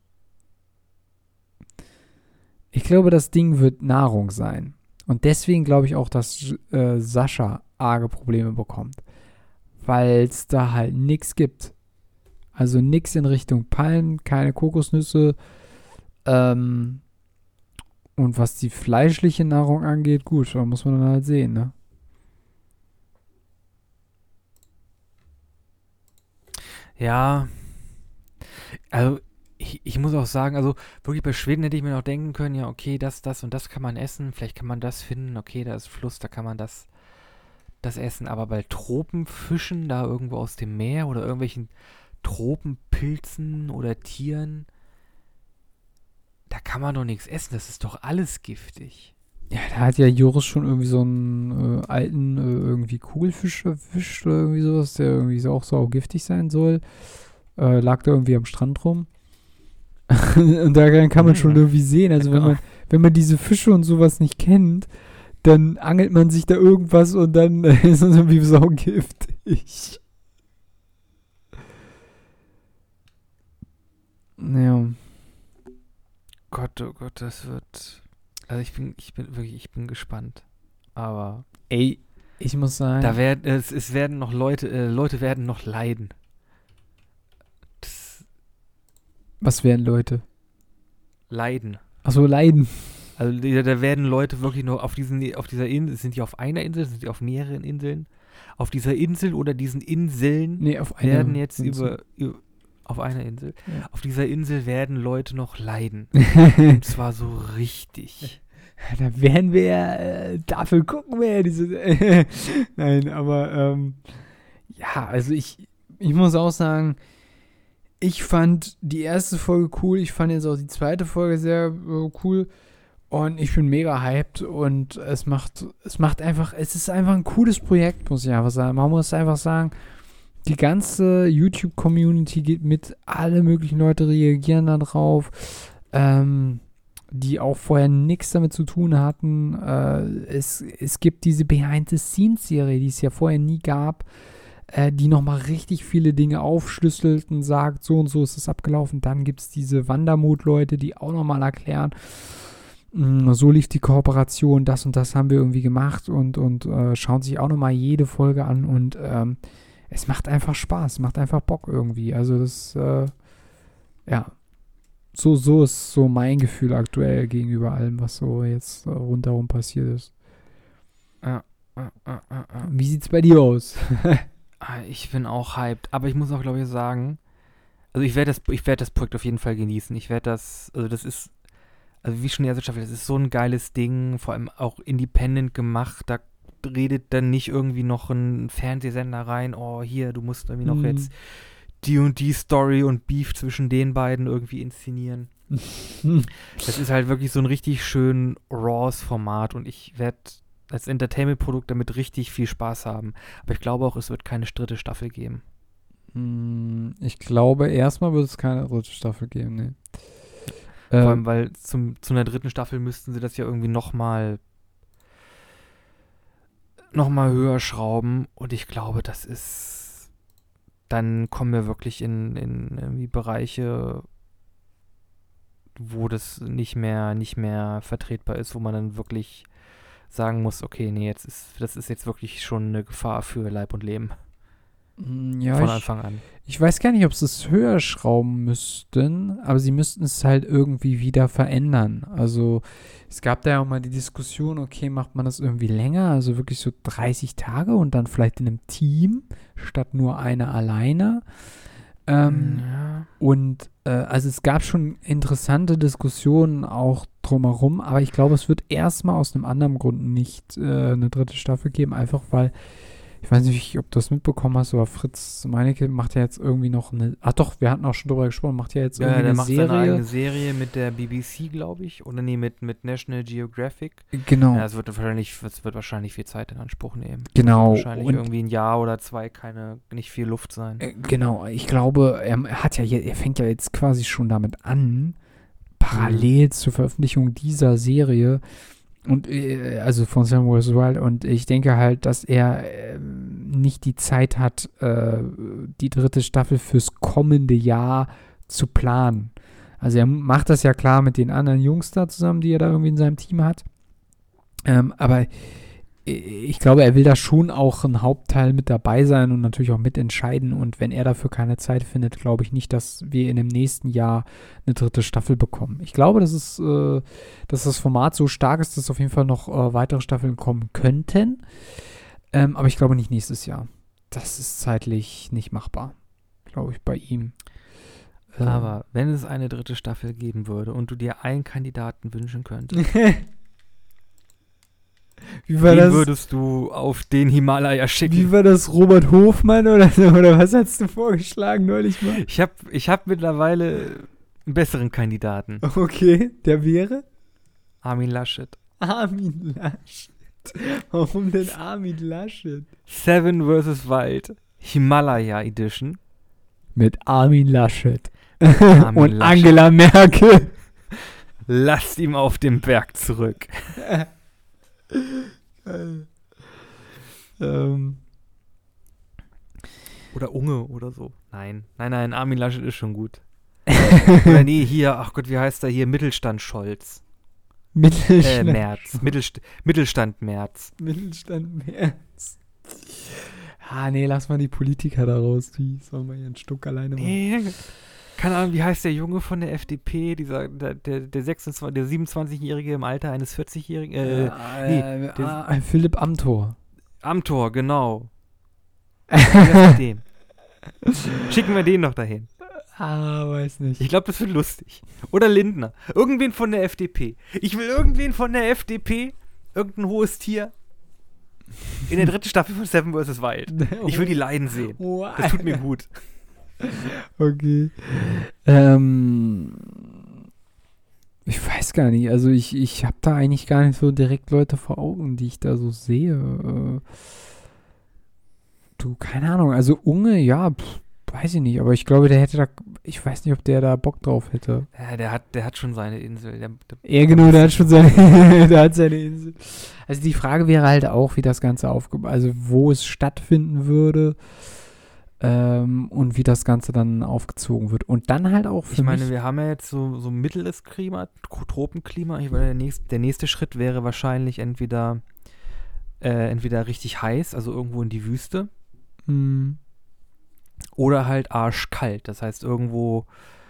Ich glaube, das Ding wird Nahrung sein. Und deswegen glaube ich auch, dass äh, Sascha arge Probleme bekommt. Weil es da halt nichts gibt. Also nichts in Richtung Palmen, keine Kokosnüsse. Ähm, und was die fleischliche Nahrung angeht, gut, da muss man dann halt sehen, ne? Ja, also ich, ich muss auch sagen, also wirklich bei Schweden hätte ich mir noch denken können, ja, okay, das, das und das kann man essen, vielleicht kann man das finden, okay, da ist Fluss, da kann man das, das essen, aber bei Tropenfischen da irgendwo aus dem Meer oder irgendwelchen Tropenpilzen oder Tieren, da kann man doch nichts essen, das ist doch alles giftig. Ja, da hat ja Joris schon irgendwie so einen äh, alten, äh, irgendwie Kugelfisch erwischt oder irgendwie sowas, der irgendwie so auch so auch giftig sein soll. Äh, lag da irgendwie am Strand rum. Und daran kann man schon irgendwie sehen, also wenn man, wenn man diese Fische und sowas nicht kennt, dann angelt man sich da irgendwas und dann äh, ist es irgendwie saugiftig. Ja. Gott, oh Gott, das wird. Also ich bin, ich bin wirklich, ich bin gespannt. Aber Ey, ich muss sagen. da werden, es, es werden noch Leute, äh, Leute werden noch leiden. Das Was wären Leute? Leiden. Achso, leiden. Also da, da werden Leute wirklich noch auf diesen, auf dieser Insel, sind die auf einer Insel, sind die auf mehreren Inseln? Auf dieser Insel oder diesen Inseln Nee, auf einer werden jetzt Insel. über, über auf einer Insel. Ja. Auf dieser Insel werden Leute noch leiden. Und zwar so richtig. Da werden wir ja, äh, dafür gucken wir ja diese. Nein, aber ähm, ja, also ich, ich muss auch sagen, ich fand die erste Folge cool, ich fand jetzt auch die zweite Folge sehr äh, cool und ich bin mega hyped und es macht, es macht einfach, es ist einfach ein cooles Projekt, muss ich einfach sagen. Man muss einfach sagen, die ganze YouTube-Community geht mit, alle möglichen Leute reagieren da drauf, ähm, die auch vorher nichts damit zu tun hatten. Äh, es, es gibt diese Behind-the-Scenes-Serie, die es ja vorher nie gab, äh, die nochmal richtig viele Dinge aufschlüsselt und sagt, so und so ist es abgelaufen. Dann gibt es diese Wandermut-Leute, die auch nochmal erklären, mh, so lief die Kooperation, das und das haben wir irgendwie gemacht und, und äh, schauen sich auch nochmal jede Folge an und ähm, es macht einfach Spaß, macht einfach Bock irgendwie. Also das, äh, ja, so, so ist so mein Gefühl aktuell gegenüber allem, was so jetzt äh, rundherum passiert ist. Ja, ja, ja, ja, ja. Wie sieht's bei dir aus? Ah, Ich bin auch hyped, aber ich muss auch, glaube ich, sagen, also ich werde das, ich werde das Projekt auf jeden Fall genießen. Ich werde das, also das ist, also wie schon die erste Staffel, das ist so ein geiles Ding, vor allem auch independent gemacht. Da redet dann nicht irgendwie noch ein Fernsehsender rein, oh hier, du musst irgendwie noch Mhm. jetzt die und die Story und Beef zwischen den beiden irgendwie inszenieren. Das ist halt wirklich so ein richtig schön raws Format und ich werde als Entertainment-Produkt damit richtig viel Spaß haben. Aber ich glaube auch, es wird keine dritte Staffel geben. Mm, Ich glaube, erstmal wird es keine dritte Staffel geben, ne. Vor Ähm, allem, weil zum, zu einer dritten Staffel müssten sie das ja irgendwie nochmal noch mal höher schrauben und ich glaube, das ist, dann kommen wir wirklich in, in irgendwie Bereiche, wo das nicht mehr, nicht mehr vertretbar ist, wo man dann wirklich sagen muss, okay, nee, jetzt ist, das ist jetzt wirklich schon eine Gefahr für Leib und Leben mm, ja, von ich, Anfang an. ich weiß gar nicht, ob sie es höher schrauben müssten, aber sie müssten es halt irgendwie wieder verändern. Also es gab da ja auch mal die Diskussion, okay, macht man das irgendwie länger, also wirklich so dreißig Tage und dann vielleicht in einem Team statt nur einer alleine. Ähm, ja. Und äh, also es gab schon interessante Diskussionen auch drumherum, aber ich glaube, es wird erstmal aus einem anderen Grund nicht äh, eine dritte Staffel geben, einfach weil, ich weiß nicht, ob du das mitbekommen hast, aber Fritz Meinecke macht ja jetzt irgendwie noch eine, ach doch, wir hatten auch schon drüber gesprochen, macht ja jetzt Ja, irgendwie der eine macht seine eigene Serie. Serie mit der B B C, glaube ich. Oder nee, mit, mit National Geographic. Genau, Ja, es wird wahrscheinlich, es wird wahrscheinlich viel Zeit in Anspruch nehmen. genau. Wahrscheinlich Und irgendwie ein Jahr oder zwei keine, nicht viel Luft sein. äh, genau, ich glaube, er hat ja, je- er fängt ja jetzt quasi schon damit an, parallel zur Veröffentlichung dieser Serie Und äh, also von Seven versus. Wild. Und ich denke halt, dass er äh, nicht die Zeit hat, äh, die dritte Staffel fürs kommende Jahr zu planen. Also er macht das ja klar mit den anderen Jungs da zusammen, die er da irgendwie in seinem Team hat. Ähm, aber ich glaube, er will da schon auch ein Hauptteil mit dabei sein und natürlich auch mitentscheiden. Und wenn er dafür keine Zeit findet, glaube ich nicht, dass wir in dem nächsten Jahr eine dritte Staffel bekommen. Ich glaube, dass, es, äh, dass das Format so stark ist, dass auf jeden Fall noch äh, weitere Staffeln kommen könnten. Ähm, aber ich glaube nicht nächstes Jahr. Das ist zeitlich nicht machbar, glaube ich, bei ihm. Äh, aber wenn es eine dritte Staffel geben würde und du dir einen Kandidaten wünschen könntest, Wie war Wen das? würdest du auf den Himalaya schicken? Wie war das, Robert Hofmann oder so? Oder was hast du vorgeschlagen neulich mal? Ich habe ich hab mittlerweile einen besseren Kandidaten. Okay, der wäre? Armin Laschet. Armin Laschet. Warum denn Armin Laschet? Seven versus. Wild. Himalaya Edition. Mit Armin Laschet. Armin Und Laschet. Angela Merkel. Lasst ihm auf den Berg zurück. ähm. Oder Unge oder so. Nein, nein, nein, Armin Laschet ist schon gut. Oder nee, hier, ach Gott, wie heißt er hier? Mittelstand Scholz. Mittelstand. Äh, Merz. Mittelst- Mittelstand Merz. Mittelstand Merz. Ah, nee, lass mal die Politiker da raus. Die sollen mal ihren Stuck alleine machen. Nee, keine Ahnung, wie heißt der Junge von der F D P? Dieser, der, der, der, sechsundzwanzig, der siebenundzwanzigjährige im Alter eines vierzigjährigen? Äh, ja, nee, äh, der- ah, Philipp Amthor. Amthor, genau. Wie wär's mit dem? Schicken wir den noch dahin. Ah, weiß nicht. Ich glaube, das wird lustig. Oder Lindner. Irgendwen von der F D P. Ich will irgendwen von der F D P, irgendein hohes Tier, in der dritten Staffel von Seven versus. Wild. Ich will die leiden sehen. Das tut mir gut. Okay. Ähm, ich weiß gar nicht. Also ich, ich habe da eigentlich gar nicht so direkt Leute vor Augen, die ich da so sehe. Äh, du, keine Ahnung. Also Unge, ja, pff, weiß ich nicht. Aber ich glaube, der hätte da, ich weiß nicht, ob der da Bock drauf hätte. Ja, der hat, der hat schon seine Insel. Der, der Ja, genau, der hat schon seine, der hat seine Insel. Also die Frage wäre halt auch, wie das Ganze aufgebaut, also wo es stattfinden würde. Ähm, und wie das Ganze dann aufgezogen wird. Und dann halt auch für Ich meine, mich, wir haben ja jetzt so, so mittleres Klima, Tropenklima. Ich meine, der nächste, der nächste Schritt wäre wahrscheinlich entweder, äh, entweder richtig heiß, also irgendwo in die Wüste, mh, oder halt arschkalt. Das heißt irgendwo,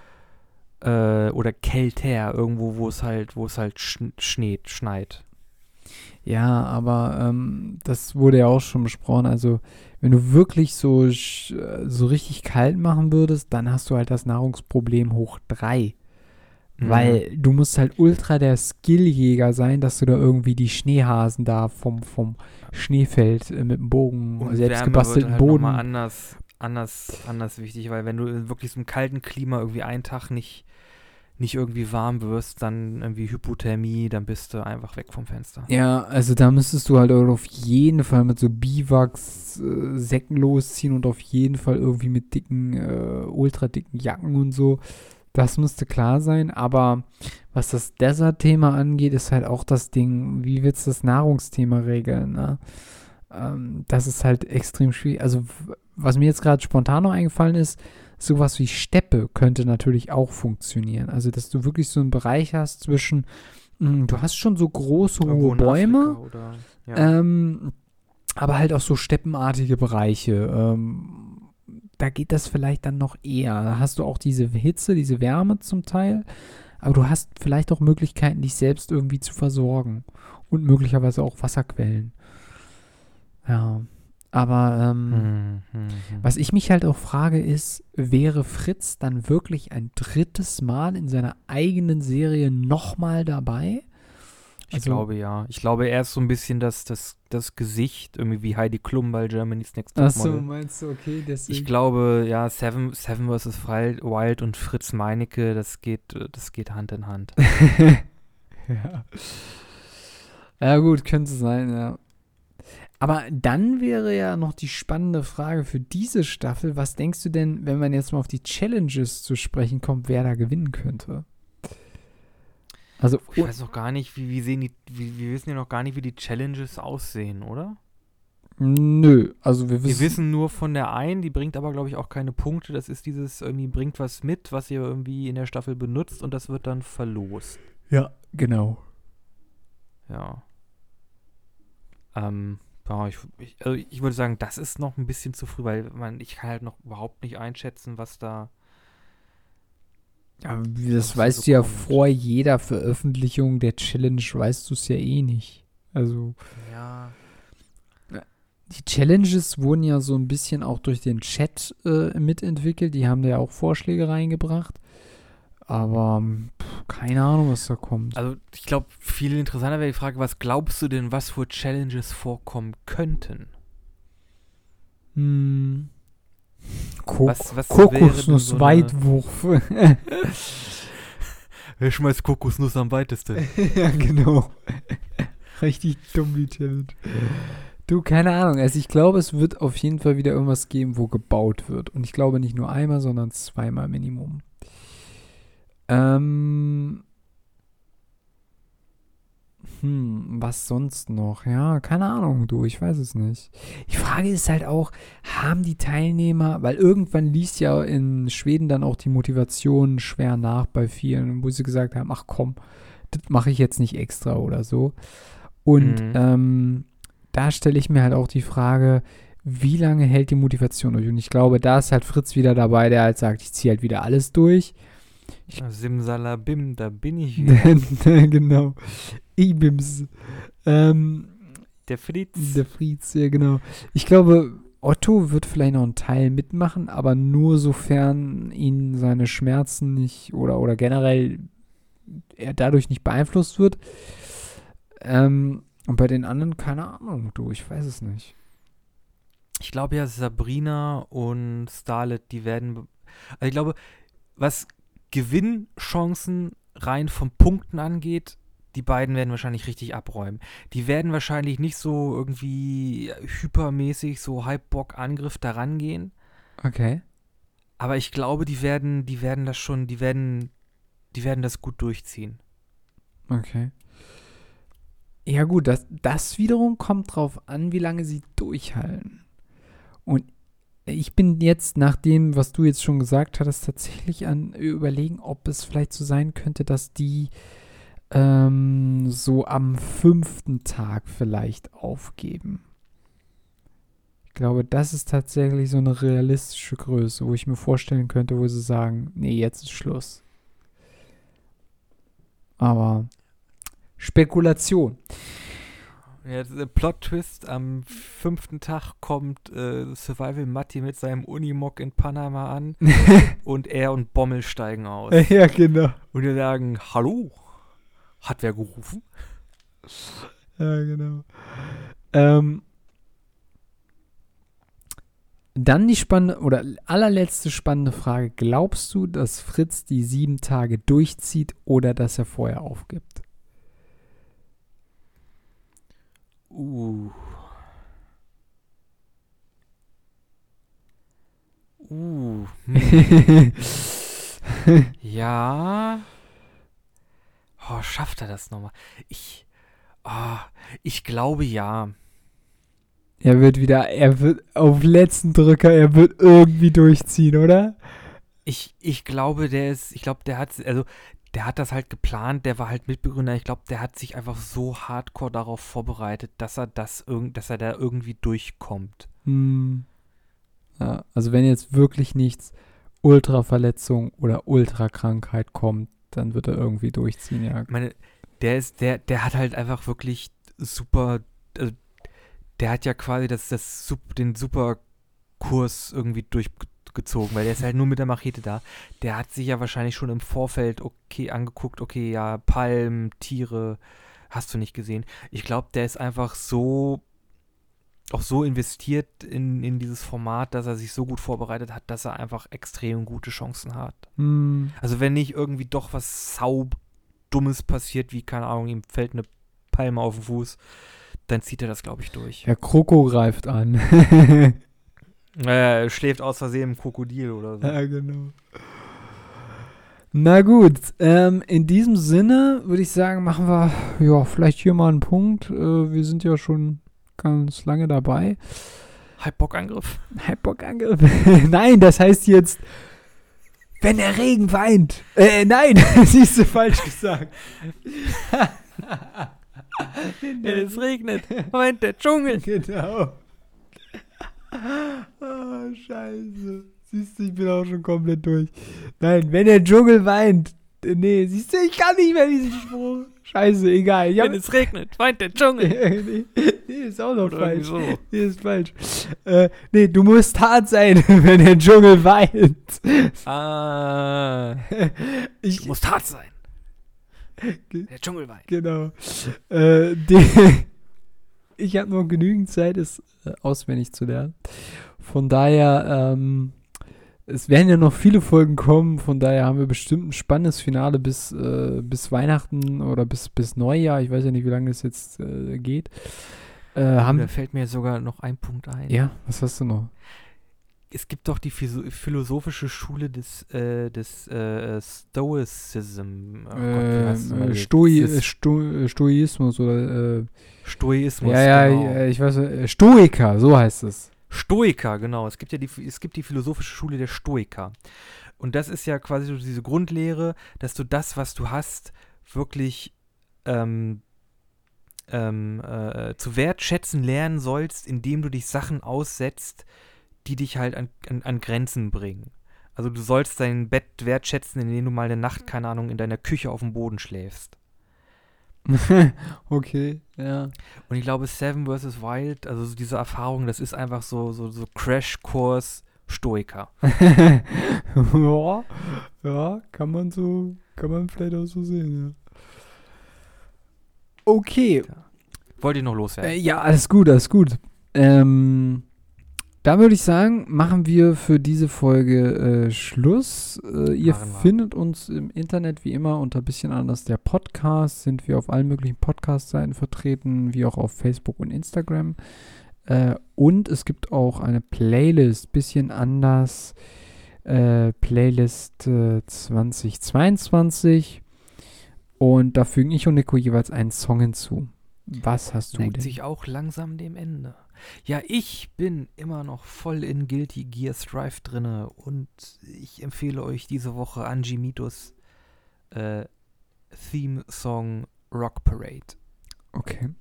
äh, oder kälter, irgendwo, wo es halt, wo es halt schn- schneet, schneit. ja, aber ähm, das wurde ja auch schon besprochen, also wenn du wirklich so, sch- äh, so richtig kalt machen würdest, dann hast du halt das Nahrungsproblem hoch drei. Mhm. Weil du musst halt ultra der Skilljäger sein, dass du da irgendwie die Schneehasen da vom, vom Schneefeld äh, mit dem Bogen, Und selbst Wärme gebastelten wird halt Boden. nochmal anders, anders, anders wichtig, weil wenn du in wirklich so einem kalten Klima irgendwie einen Tag nicht, nicht irgendwie warm wirst, dann irgendwie Hypothermie, dann bist du einfach weg vom Fenster. Ja, also da müsstest du halt auch auf jeden Fall mit so Biwaks äh, Säcken losziehen und auf jeden Fall irgendwie mit dicken, äh, ultra dicken Jacken und so. Das müsste klar sein, aber was das Desert-Thema angeht, ist halt auch das Ding, wie willst du das Nahrungsthema regeln, ne? Ähm, das ist halt extrem schwierig. Also w- was mir jetzt gerade spontan noch eingefallen ist, sowas wie Steppe könnte natürlich auch funktionieren. Also dass du wirklich so einen Bereich hast zwischen, mh, du hast schon so große, Irgendwo hohe in Bäume, Afrika oder, ja. ähm, aber halt auch so steppenartige Bereiche. Ähm, da geht das vielleicht dann noch eher. Da hast du auch diese Hitze, diese Wärme zum Teil, aber du hast vielleicht auch Möglichkeiten, dich selbst irgendwie zu versorgen und möglicherweise auch Wasserquellen. Ja, aber ähm, Hm, hm, hm. was ich mich halt auch frage ist, wäre Fritz dann wirklich ein drittes Mal in seiner eigenen Serie nochmal dabei? Ich Also- glaube ja. Ich glaube, er ist so ein bisschen das, das, das Gesicht, irgendwie wie Heidi Klum bei Germany's Next Top Achso, Model. meinst du, okay, deswegen. Ich glaube, ja, Seven, Seven versus. Wild, Wild und Fritz Meinecke, das geht, äh, das geht Hand in Hand. ja. Ja, gut, könnte sein, ja. Aber dann wäre ja noch die spannende Frage für diese Staffel, was denkst du denn, wenn man jetzt mal auf die Challenges zu sprechen kommt, wer da gewinnen könnte? Also, Ich weiß noch gar nicht, wie, wie sehen die, wie, wir wissen ja noch gar nicht, wie die Challenges aussehen, oder? nö, also wir wissen. Wir wissen nur von der einen, die bringt aber, glaube ich, auch keine Punkte. Das ist dieses, irgendwie bringt was mit, was ihr irgendwie in der Staffel benutzt und das wird dann verlost. Ja, genau. Ja. Ähm, ja, ich, ich, also ich würde sagen, das ist noch ein bisschen zu früh, weil man, ich kann halt noch überhaupt nicht einschätzen, was da. Ja, das was da weißt so du ja kommt. vor jeder Veröffentlichung der Challenge, weißt du es ja eh nicht. Also, Ja. die Challenges wurden ja so ein bisschen auch durch den Chat äh, mitentwickelt. Die haben da ja auch Vorschläge reingebracht. Aber pff, keine Ahnung, was da kommt. Also ich glaube, viel interessanter wäre die Frage, was glaubst du denn, was für Challenges vorkommen könnten? Hm. Kok Was, was wäre denn so eine- Kokosnussweitwurf. Wer schmeißt Kokosnuss am weitesten? Ja, genau. Richtig dumm, die Challenge. Du, keine Ahnung. Also ich glaube, es wird auf jeden Fall wieder irgendwas geben, wo gebaut wird. Und ich glaube nicht nur einmal, sondern zweimal Minimum. Ähm. Hm, was sonst noch? Ja, keine Ahnung, du, ich weiß es nicht. Die Frage ist halt auch, haben die Teilnehmer, weil irgendwann liest ja in Schweden dann auch die Motivation schwer nach bei vielen, wo sie gesagt haben, ach komm, das mache ich jetzt nicht extra oder so. Und Mhm. ähm, da stelle ich mir halt auch die Frage, wie lange hält die Motivation durch? Und ich glaube, da ist halt Fritz wieder dabei, der halt sagt, ich ziehe halt wieder alles durch. Simsalabim, da bin ich wieder. Genau. Ibims. Ähm, Der Fritz. der Fritz, ja genau. Ich glaube, Otto wird vielleicht noch einen Teil mitmachen, aber nur sofern ihn seine Schmerzen nicht oder, oder generell er dadurch nicht beeinflusst wird. Ähm, und bei den anderen, keine Ahnung, du, ich weiß es nicht. Ich glaube ja, Sabrina und Starlet, die werden. Also ich glaube, was Gewinnchancen rein von Punkten angeht, die beiden werden wahrscheinlich richtig abräumen. Die werden wahrscheinlich nicht so irgendwie hypermäßig, so Hype-Bock-Angriff daran gehen. Okay. Aber ich glaube, die werden, die werden das schon, die werden, die werden das gut durchziehen. Okay. Ja gut, das, das wiederum kommt drauf an, wie lange sie durchhalten. Und ich bin jetzt, nach dem, was du jetzt schon gesagt hattest, tatsächlich an überlegen, ob es vielleicht so sein könnte, dass die ähm, so am fünften Tag vielleicht aufgeben. Ich glaube, das ist tatsächlich so eine realistische Größe, wo ich mir vorstellen könnte, wo sie sagen, nee, jetzt ist Schluss. Aber Spekulation. Ja, der Plot-Twist, am fünften Tag kommt äh, Survival Matti mit seinem Unimog in Panama an und er und Bommel steigen aus. Ja, genau. Und wir sagen, hallo, hat wer gerufen? Ja, genau. Ähm, dann die spannende, oder allerletzte spannende Frage. Glaubst du, dass Fritz die sieben Tage durchzieht oder dass er vorher aufgibt? Uh. Uh. Hm. Ja. Oh, schafft er das nochmal? Ich. Oh, ich glaube ja. Er wird wieder, er wird auf letzten Drücker, er wird irgendwie durchziehen, oder? Ich, ich glaube, der ist, ich glaube, der hat, also, der hat das halt geplant, der war halt Mitbegründer. Ich glaube, der hat sich einfach so hardcore darauf vorbereitet, dass er das irgend, dass er da irgendwie durchkommt. Hm. Ja, also wenn jetzt wirklich nichts Ultraverletzung oder Ultrakrankheit kommt, dann wird er irgendwie durchziehen, ja. Ich meine, der ist, der, der hat halt einfach wirklich super, also, der hat ja quasi das, das, Sup- den Superkurs irgendwie durchgezogen, weil der ist halt nur mit der Machete da. Der hat sich ja wahrscheinlich schon im Vorfeld okay angeguckt, okay, ja, Palmen, Tiere, hast du nicht gesehen. Ich glaube, der ist einfach so, auch so investiert in, in dieses Format, dass er sich so gut vorbereitet hat, dass er einfach extrem gute Chancen hat. Hm. Also wenn nicht irgendwie doch was saudummes passiert, wie, keine Ahnung, ihm fällt eine Palme auf den Fuß, dann zieht er das, glaube ich, durch. Herr Kroko greift an. Er schläft aus Versehen im Krokodil oder so. Ja, genau. Na gut, ähm, in diesem Sinne würde ich sagen, machen wir ja vielleicht hier mal einen Punkt. Äh, wir sind ja schon ganz lange dabei. Halbbockangriff. Halbbockangriff? Nein, das heißt jetzt, wenn der Regen weint. Äh, nein, siehst du, falsch gesagt. Wenn es regnet, weint der Dschungel. Genau. Oh, scheiße. Siehst du, ich bin auch schon komplett durch. Nein, wenn der Dschungel weint. Nee, siehst du, ich kann nicht mehr diesen Spruch. Scheiße, egal. Ich Wenn es regnet, weint der Dschungel. nee, nee, ist auch noch Oder falsch. so. Nee, ist falsch. Äh, nee, du musst hart sein, wenn der Dschungel weint. Ah. Ich Du musst hart sein. Der Dschungel weint. Genau. Äh, die, ich habe noch genügend Zeit, es äh, auswendig zu lernen. Von daher, ähm, es werden ja noch viele Folgen kommen, von daher haben wir bestimmt ein spannendes Finale bis, äh, bis Weihnachten oder bis, bis Neujahr. Ich weiß ja nicht, wie lange das jetzt äh, geht. Äh, haben, Da fällt mir sogar noch ein Punkt ein. ja, was hast du noch? Es gibt doch die philo- philosophische Schule des, äh, des äh, Stoicism. Oh Gott, wie heißt es Äh, nochmal? äh, Stoi Das ist Sto Stoismus oder äh, Stoismus, ja, ja, genau. ja, ich weiß, äh, Stoiker, so heißt es. Stoiker, genau. Es gibt ja die, es gibt die philosophische Schule der Stoiker. Und das ist ja quasi so diese Grundlehre, dass du das, was du hast, wirklich ähm, ähm, äh, zu wertschätzen lernen sollst, indem du dich Sachen aussetzt, die dich halt an, an, an Grenzen bringen. Also du sollst dein Bett wertschätzen, indem du mal eine Nacht, keine Ahnung, in deiner Küche auf dem Boden schläfst. Okay, ja. Und ich glaube, Seven versus. Wild, also so diese Erfahrung, das ist einfach so, so, so Crashkurs Stoiker. ja, ja, kann man so, kann man vielleicht auch so sehen, ja. Okay. Wollt ihr noch loswerden? Äh, ja, alles gut, alles gut. Ähm, da würde ich sagen, machen wir für diese Folge äh, Schluss. Äh, ihr Machen wir. findet uns im Internet wie immer unter bisschen anders der Podcast. Sind wir auf allen möglichen Podcast-Seiten vertreten, wie auch auf Facebook und Instagram. Äh, und es gibt auch eine Playlist, bisschen anders. Äh, Playlist äh, zwanzig zweiundzwanzig. Und da fügen ich und Nico jeweils einen Song hinzu. Was hast du Neigt denn? sich auch langsam dem Ende. Ja, ich bin immer noch voll in Guilty Gear Strive drinne und ich empfehle euch diese Woche Anji Mitos äh, Theme-Song Rock Parade. Okay.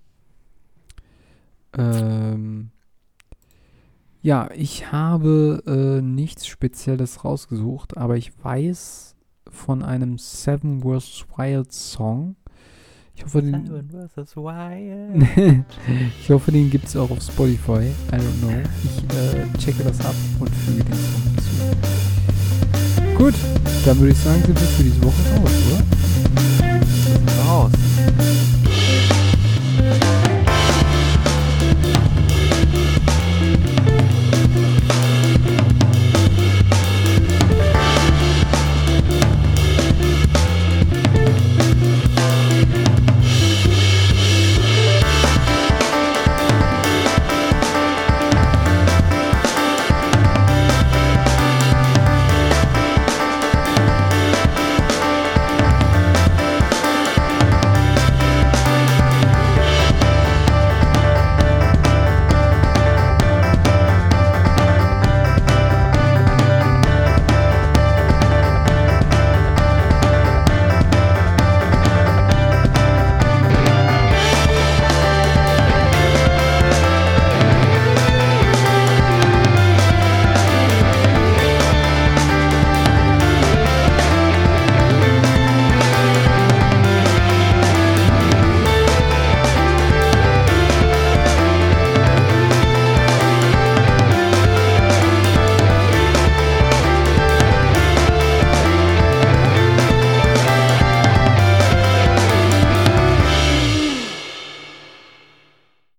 Ähm, ja, ich habe äh, nichts Spezielles rausgesucht, aber ich weiß von einem Seven versus. Wild Song. Ich hoffe, den, Seven versus. Wild. ich hoffe, den gibt es auch auf Spotify. I don't know. Ich äh, checke das ab und füge den Song hinzu. Gut, dann würde ich sagen, sind wir für diese Woche raus, oder? Raus.